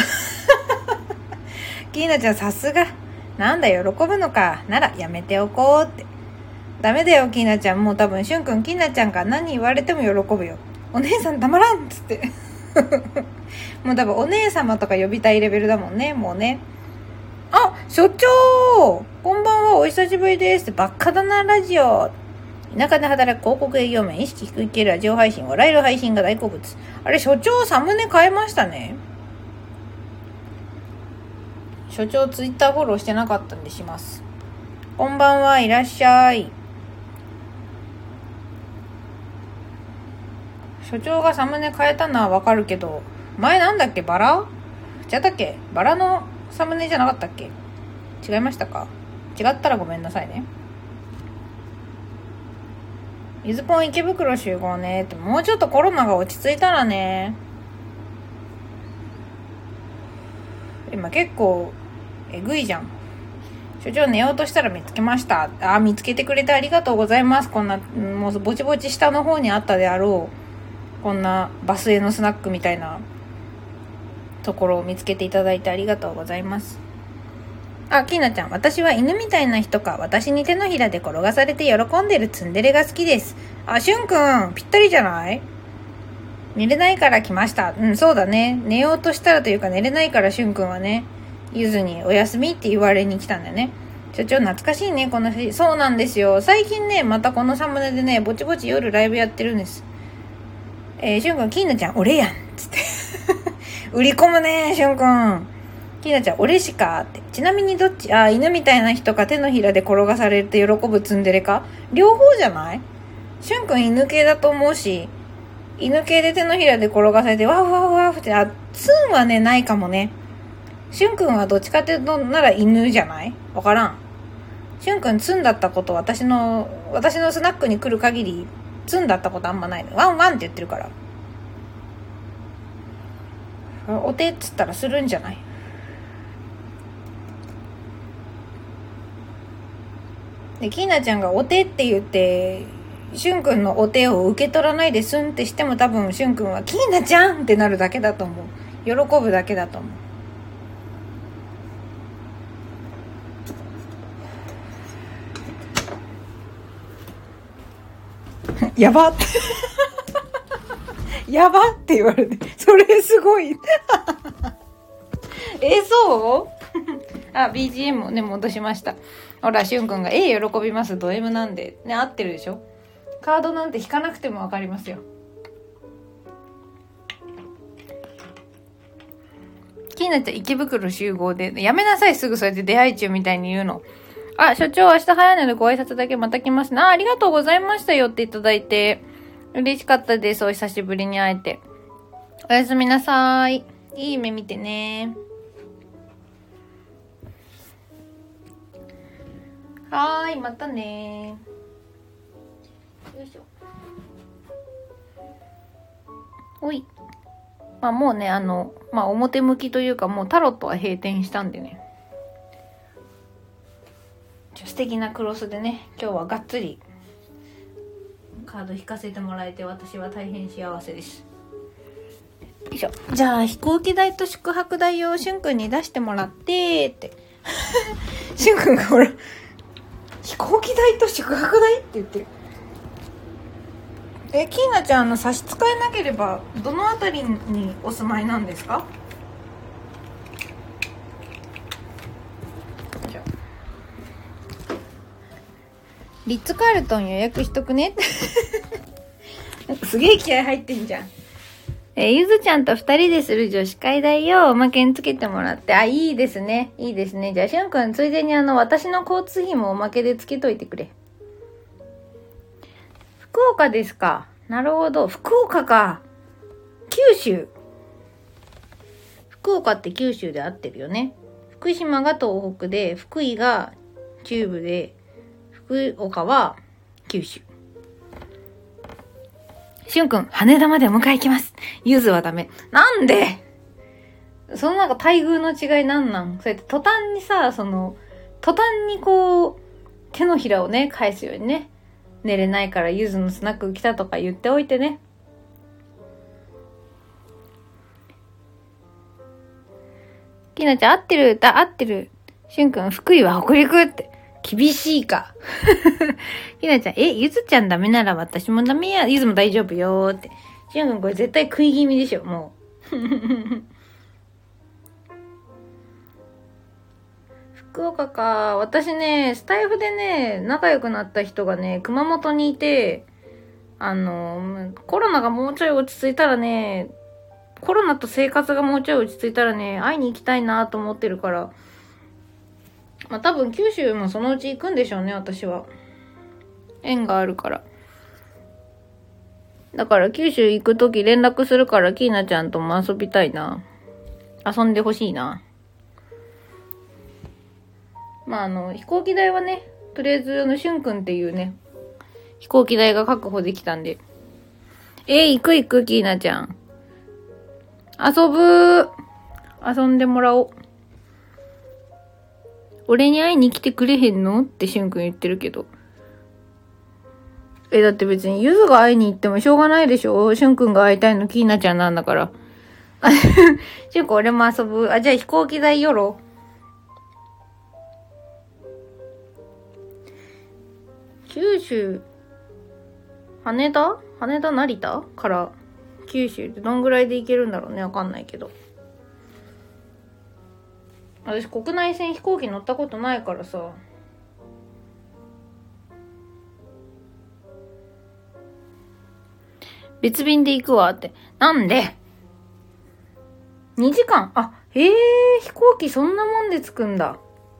きなちゃんさすが。なんだ喜ぶのか。ならやめておこうって。ダメだよきなちゃん。もう多分しゅんくんきなちゃんから何言われても喜ぶよ。お姉さんたまらんっつってもう多分お姉様とか呼びたいレベルだもんね。もうね。あ、所長こんばんは、お久しぶりですって。バカだなラジオ。田舎で働く広告営業面、意識低い系ラジオ配信、笑える配信が大好物。あれ、所長サムネ変えましたね。所長ツイッターフォローしてなかったんでします。こんばんは、いらっしゃい。所長がサムネ変えたのはわかるけど、前なんだっけ、バラじゃだっけ、バラのサムネじゃなかったっけ。違いましたか。違ったらごめんなさいね。ゆずぽん池袋集合ねって。もうちょっとコロナが落ち着いたらね。今結構えぐいじゃん。所長寝ようとしたら見つけました。あ、見つけてくれてありがとうございます。こんなもうぼちぼち下の方にあったであろう、こんなバスへのスナックみたいなところを見つけていただいてありがとうございます。あ、きなちゃん、私は犬みたいな人か、私に手のひらで転がされて喜んでるツンデレが好きです。あ、しゅんくんぴったりじゃない。寝れないから来ました。うん、そうだね。寝ようとしたらというか、寝れないからしゅんくんはね、ゆずにお休みって言われに来たんだよね。所長懐かしいね、この日。そうなんですよ。最近ね、またこのサムネでね、ぼちぼち夜ライブやってるんです。しゅんくん、きなちゃん俺やんつって売り込むね、しゅんくん。きなちゃん俺しかって。ちなみにどっち、あ、犬みたいな人か手のひらで転がされて喜ぶツンデレか、両方じゃない。しゅんくん犬系だと思うし、犬系で手のひらで転がされてワーワーワーって、あ、ツンはねないかもね。しゅんくんはどっちかっていうとなら犬じゃない。わからん。しゅんくんツンだったこと、私のスナックに来る限りツンだったことあんまない。ワンワンって言ってるから。お手っつったらするんじゃない。で、きなちゃんがお手って言ってしゅんくんのお手を受け取らないでスンってしても、多分しゅんくんはきなちゃんってなるだけだと思う。喜ぶだけだと思う。やばってやばって言われて、それすごいそうあ、BGM をね、戻しました。ほら、しゅんくんが喜びます。ド M なんで。ね、合ってるでしょ。カードなんて引かなくてもわかりますよ。きなちゃん池袋集合で。やめなさい、すぐそうやって出会い中みたいに言うの。あ、所長明日早いのでご挨拶だけまた来ますね。ありがとうございましたよっていただいて。嬉しかったです。お久しぶりに会えて。おやすみなさい。いい夢見てね。はーい、またね。よいしょ。おい。まあもうね、表向きというか、もうタロットは閉店したんでね。素敵なクロスでね、今日はがっつりカード引かせてもらえて、私は大変幸せです。よいしょ。じゃあ飛行機代と宿泊代をしゅんくんに出してもらってってしゅんくんがほら、飛行機代と宿泊代って言ってる。きーなちゃん差し支えなければどのあたりにお住まいなんですか。リッツカールトン予約しとくねすげえ気合入ってんじゃん。ゆずちゃんと2人でする女子会だよ。おまけにつけてもらって。あ、いいですね。いいですね。じゃあしゅんくんついでに私の交通費もおまけでつけといてくれ。福岡ですか。なるほど。福岡か。九州。福岡って九州で合ってるよね。福島が東北で、福井が中部で、福岡は九州。しゅんくん、羽田までお迎え行きます。ゆずはダメ。なんでそのなんか待遇の違いなんなん？そうやって途端にさ、途端にこう、手のひらをね、返すようにね。寝れないからゆずのスナック来たとか言っておいてね。きなちゃん、合ってる。しゅんくん、福井は北陸って。厳しいか。ひなちゃん、ゆずちゃんダメなら私もダメや。ゆずも大丈夫よーって。しゅんくんこれ絶対食い気味でしょ、もう。福岡か。私ね、スタイフでね、仲良くなった人がね、熊本にいて、コロナがもうちょい落ち着いたらね、コロナと生活がもうちょい落ち着いたらね、会いに行きたいなと思ってるから、まあ多分九州もそのうち行くんでしょうね、私は。縁があるから。だから九州行くとき連絡するから、キーナちゃんとも遊びたいな。遊んでほしいな。まあ飛行機代はね、とりあえずしゅんくんっていうね、飛行機代が確保できたんで。行く、キーナちゃん。遊んでもらおう。俺に会いに来てくれへんのってしゅんくん言ってるけど。だって別にゆずが会いに行ってもしょうがないでしょ。しゅんくんが会いたいのキーナちゃんなんだから。しゅんくん俺も遊ぶ。じゃあ飛行機代よろ。九州、羽田成田から九州ってどんぐらいで行けるんだろうね。わかんないけど。私国内線飛行機乗ったことないからさ。別便で行くわって。なんで ?2 時間飛行機そんなもんで着くんだ。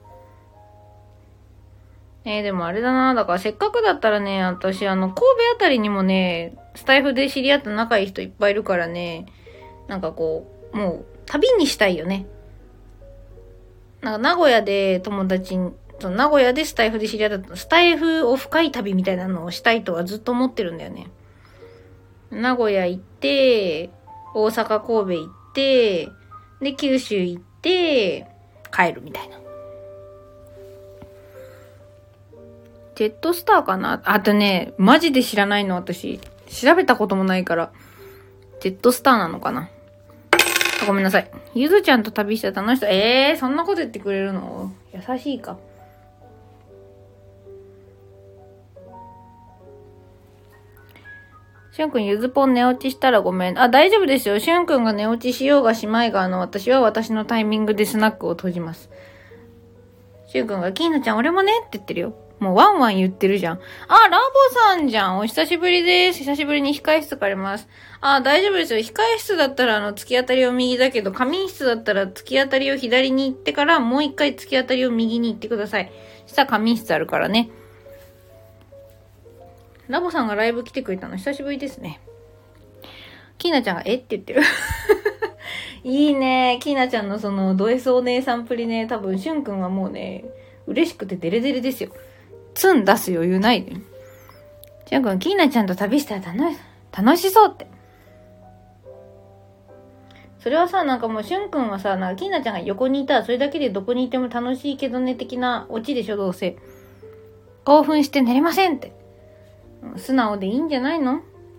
でもあれだな。だからせっかくだったらね、私神戸あたりにもね、スタイフで知り合った仲いい人いっぱいいるからね、なんかこう、もう旅にしたいよね。なんか名古屋で友達に、名古屋でスタイフで知り合ったスタイフオフ会旅みたいなのをしたいとはずっと思ってるんだよね。名古屋行って、大阪神戸行って、で九州行って帰るみたいな。ジェットスターかな。あとね、マジで知らないの私。調べたこともないから。ジェットスターなのかな。ごめんなさい。ゆずちゃんと旅した楽しさ。そんなこと言ってくれるの？優しいか。しゅんくんゆずぽん寝落ちしたらごめん。大丈夫ですよ。しゅんくんが寝落ちしようがしまいが私は私のタイミングでスナックを閉じます。しゅんくんがキーナちゃん俺もねって言ってるよ。もうワンワン言ってるじゃん。ラボさんじゃん。お久しぶりです。久しぶりに控室借ります。大丈夫ですよ。控室だったら突き当たりを右だけど、仮眠室だったら突き当たりを左に行ってから、もう一回突き当たりを右に行ってください。そしたら仮眠室あるからね。ラボさんがライブ来てくれたの久しぶりですね。キーナちゃんがって言ってる。いいね。キーナちゃんのド S お姉さんプリね、多分しゅんくんはもうね、嬉しくてデレデレですよ。ツン出す余裕ないで。しゅんくん、キーナちゃんと旅したら楽しそうって。それはさ、なんかもうしゅんくんはさ、キーナちゃんが横にいたらそれだけでどこにいても楽しいけどね的なオチでしょ、どうせ。興奮して寝れませんって。素直でいいんじゃないの？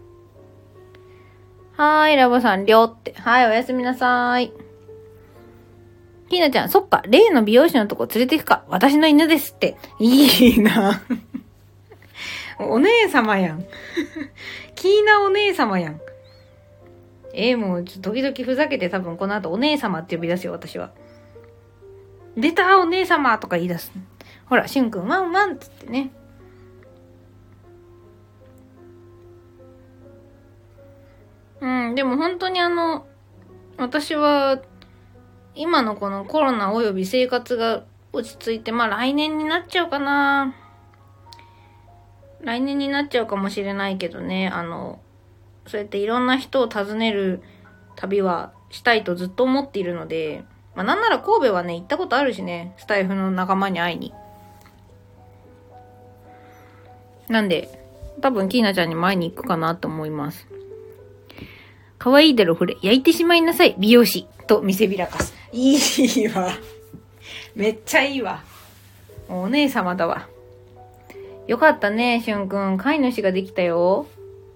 ラボさん、りょうって。おやすみなさーい。ひなちゃん、そっか、例の美容師のとこ連れて行くか。私の犬ですって。いいな。お姉様やん。キーナお姉様やん。もう、時々ふざけて多分この後お姉様って呼び出すよ、私は。出たお姉様とか言い出す。ほら、しゅんくん、ワンワンつってね。でも本当に私は、今のこのコロナおよび生活が落ち着いて、来年になっちゃうかな。 来年になっちゃうかもしれないけどね、そうやっていろんな人を訪ねる旅はしたいとずっと思っているので、まあなんなら神戸はね、行ったことあるしね、スタイフの仲間に会いに。なんで、多分キーナちゃんにも会いに行くかなと思います。可愛いだろ、これ。焼いてしまいなさい、美容師。と見せびらかす。いいわ。めっちゃいいわ。お姉様だわ。よかったね、しゅんくん。飼い主ができたよ。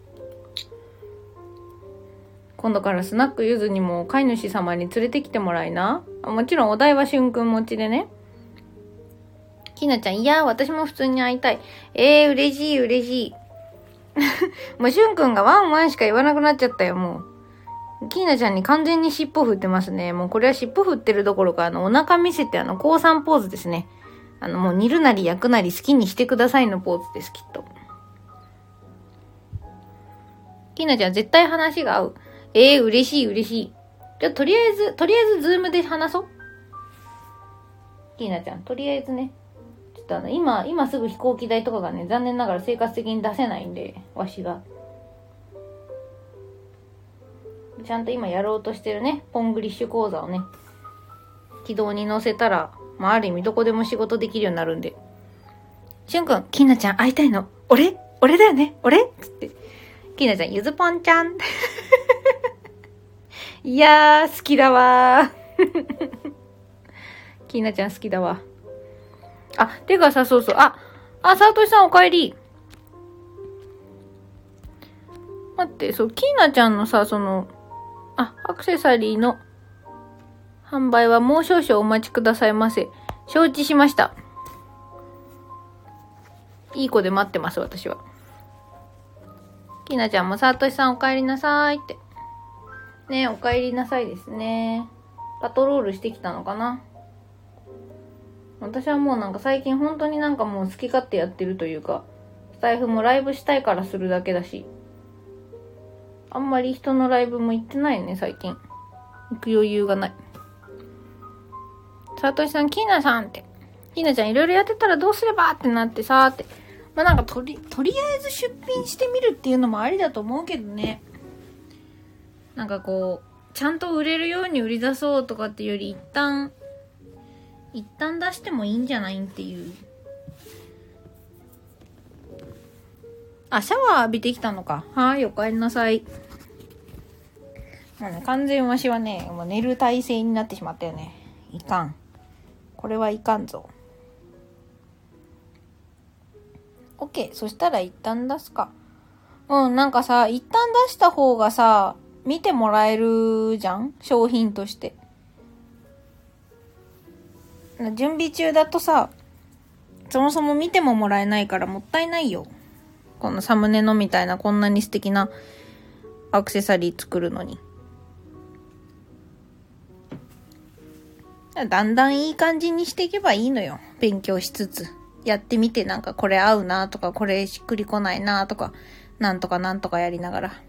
今度からスナックゆずにも飼い主様に連れてきてもらいな。もちろんお題はしゅんくん持ちでね。きなちゃん、いや、私も普通に会いたい。嬉しい、嬉しい。もうしゅんくんがワンワンしか言わなくなっちゃったよ、もう。きなちゃんに完全に尻尾振ってますね。もうこれは尻尾振ってるどころか、お腹見せて降参ポーズですね。もう煮るなり焼くなり好きにしてくださいのポーズです、きっと。きなちゃん、絶対話が合う。嬉しい、嬉しい。じゃあ、とりあえず、ズームで話そう。きなちゃん、とりあえずね。ちょっと今すぐ飛行機代とかがね、残念ながら生活的に出せないんで、わしが。ちゃんと今やろうとしてるね、ポングリッシュ講座をね、軌道に乗せたら、まあ、ある意味どこでも仕事できるようになるんで。しゅんくん、きなちゃん会いたいの。俺だよね俺つって。きなちゃん、ゆずぽんちゃん。いやー、好きだわー。きなちゃん好きだわ。あ、てかさ、そうそう。さとしさんお帰り。待って、そう、きなちゃんのさ、アクセサリーの販売はもう少々お待ちくださいませ。承知しました。いい子で待ってます、私は。きなちゃんもさとしさんお帰りなさいって。ね、お帰りなさいですね。パトロールしてきたのかな。私はもうなんか最近本当になんかもう好き勝手やってるというか、スタイフもライブしたいからするだけだし、あんまり人のライブも行ってないね、最近。行く余裕がない。さとしさん、きなさんって。きなちゃんいろいろやってたらどうすればってなってさーって。まあなんかとりあえず出品してみるっていうのもありだと思うけどね。なんかこう、ちゃんと売れるように売り出そうとかっていうより一旦出してもいいんじゃないんっていう。シャワー浴びてきたのか。はい、お帰りなさい。もうね、完全わしはね、もう寝る体勢になってしまったよね。いかん。これはいかんぞ。OK。そしたら一旦出すか。なんかさ、一旦出した方がさ、見てもらえるじゃん？商品として。準備中だとさ、そもそも見てももらえないからもったいないよ。このサムネのみたいなこんなに素敵なアクセサリー作るのに。だんだんいい感じにしていけばいいのよ。勉強しつつ。やってみてなんかこれ合うなとか、これしっくりこないなとか、なんとかなんとかやりながら。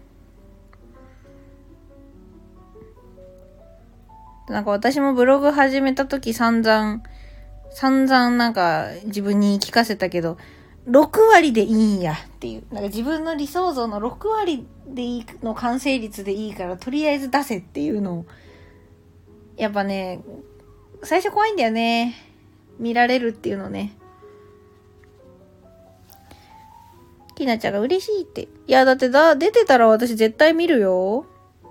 なんか私もブログ始めた時散々なんか自分に言い聞かせたけど、6割でいいんやっていう。なんか自分の理想像の6割でいいの完成率でいいからとりあえず出せっていうのを。やっぱね、最初怖いんだよね。見られるっていうのね。きなちゃんが嬉しいって。いやだって出てたら私絶対見るよ。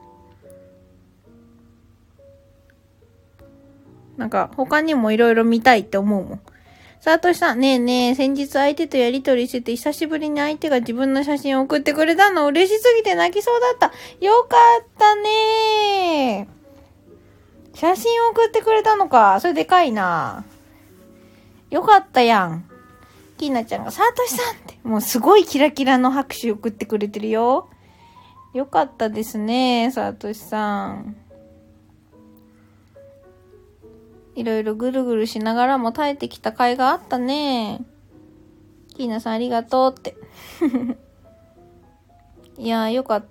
なんか他にもいろいろ見たいって思うもん。さとしさん、ねえ、先日相手とやりとりしてて久しぶりに相手が自分の写真を送ってくれたの嬉しすぎて泣きそうだった。よかったねー。写真を送ってくれたのか。それでかいな。よかったやん。きなちゃんがさとしさんってもうすごいキラキラの拍手送ってくれてるよ。よかったですね、さとしさん。いろいろぐるぐるしながらも耐えてきた甲斐があったね。キーナさんありがとうって。いやーよかった。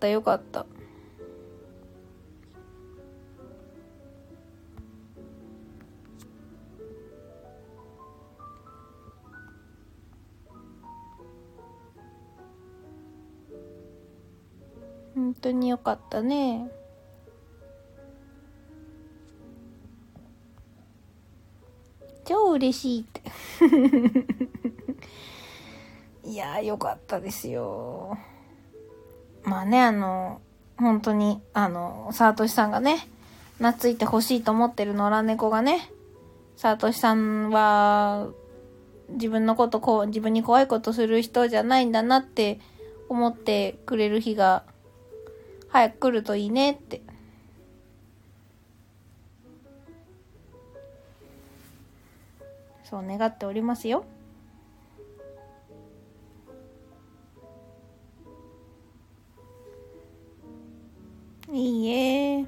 当によかったね。超嬉しいっていやーよかったですよ。まあね、本当にサートシさんがね、懐いてほしいと思ってる野良猫がね、サートシさんは自分に怖いことする人じゃないんだなって思ってくれる日が早く来るといいねってそう願っておりますよ。いいえ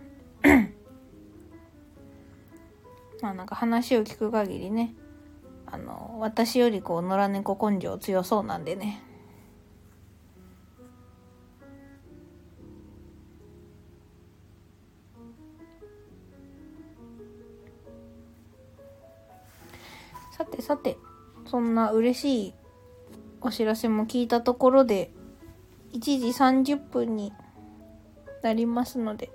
まあなんか話を聞く限りね、私より野良猫根性強そうなんでね。さて、そんな嬉しいお知らせも聞いたところで、1時30分になりますので。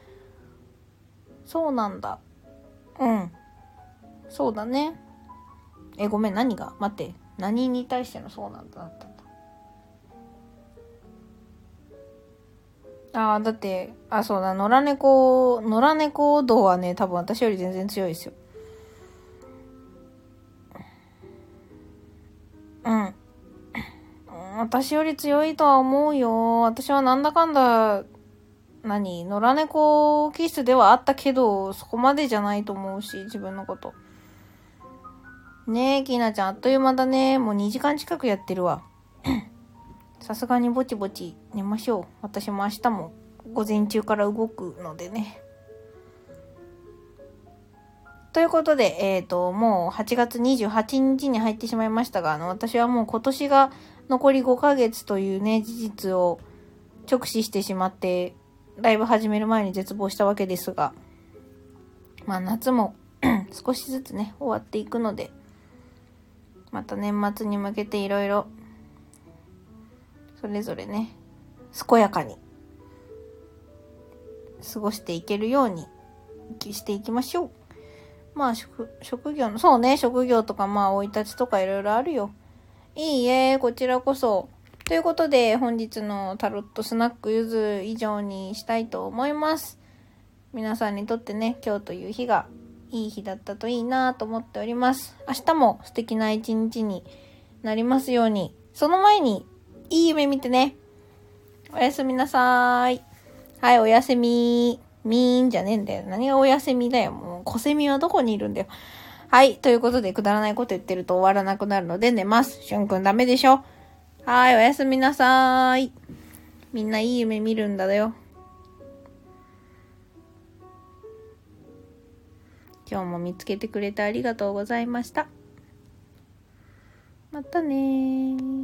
そうなんだ。うん。そうだね。ごめん、何が待って。何に対してのそうなんだったんだ。だって、そうだ、野良猫度はね、多分私より全然強いですよ。うん。私より強いとは思うよ。私はなんだかんだ、野良猫気質ではあったけど、そこまでじゃないと思うし、自分のこと。ねえ、きなちゃん、あっという間だね。もう2時間近くやってるわ。さすがにぼちぼち寝ましょう。私も明日も午前中から動くのでね。ということで、もう8月28日に入ってしまいましたが、私はもう今年が残り5ヶ月というね、事実を直視してしまって、ライブ始める前に絶望したわけですが、まあ夏も少しずつね、終わっていくので、また年末に向けていろいろ、それぞれね、健やかに過ごしていけるようにしていきましょう。まあ職業の、そうね、職業とかまあ生い立ちとかいろいろあるよ。いいえ、こちらこそ。ということで、本日のタロットスナックゆず以上にしたいと思います。皆さんにとってね、今日という日がいい日だったといいなと思っております。明日も素敵な一日になりますように。その前に、いい夢見てね。おやすみなさーい。はい、おやすみ。みーんじゃねえんだよ。何がおやすみだよ。もう、コセミはどこにいるんだよ。はい、ということで、くだらないこと言ってると終わらなくなるので寝ます。しゅんくんダメでしょ。はい、おやすみなさーい。みんないい夢見るんだよ。今日も見つけてくれてありがとうございました。またねー。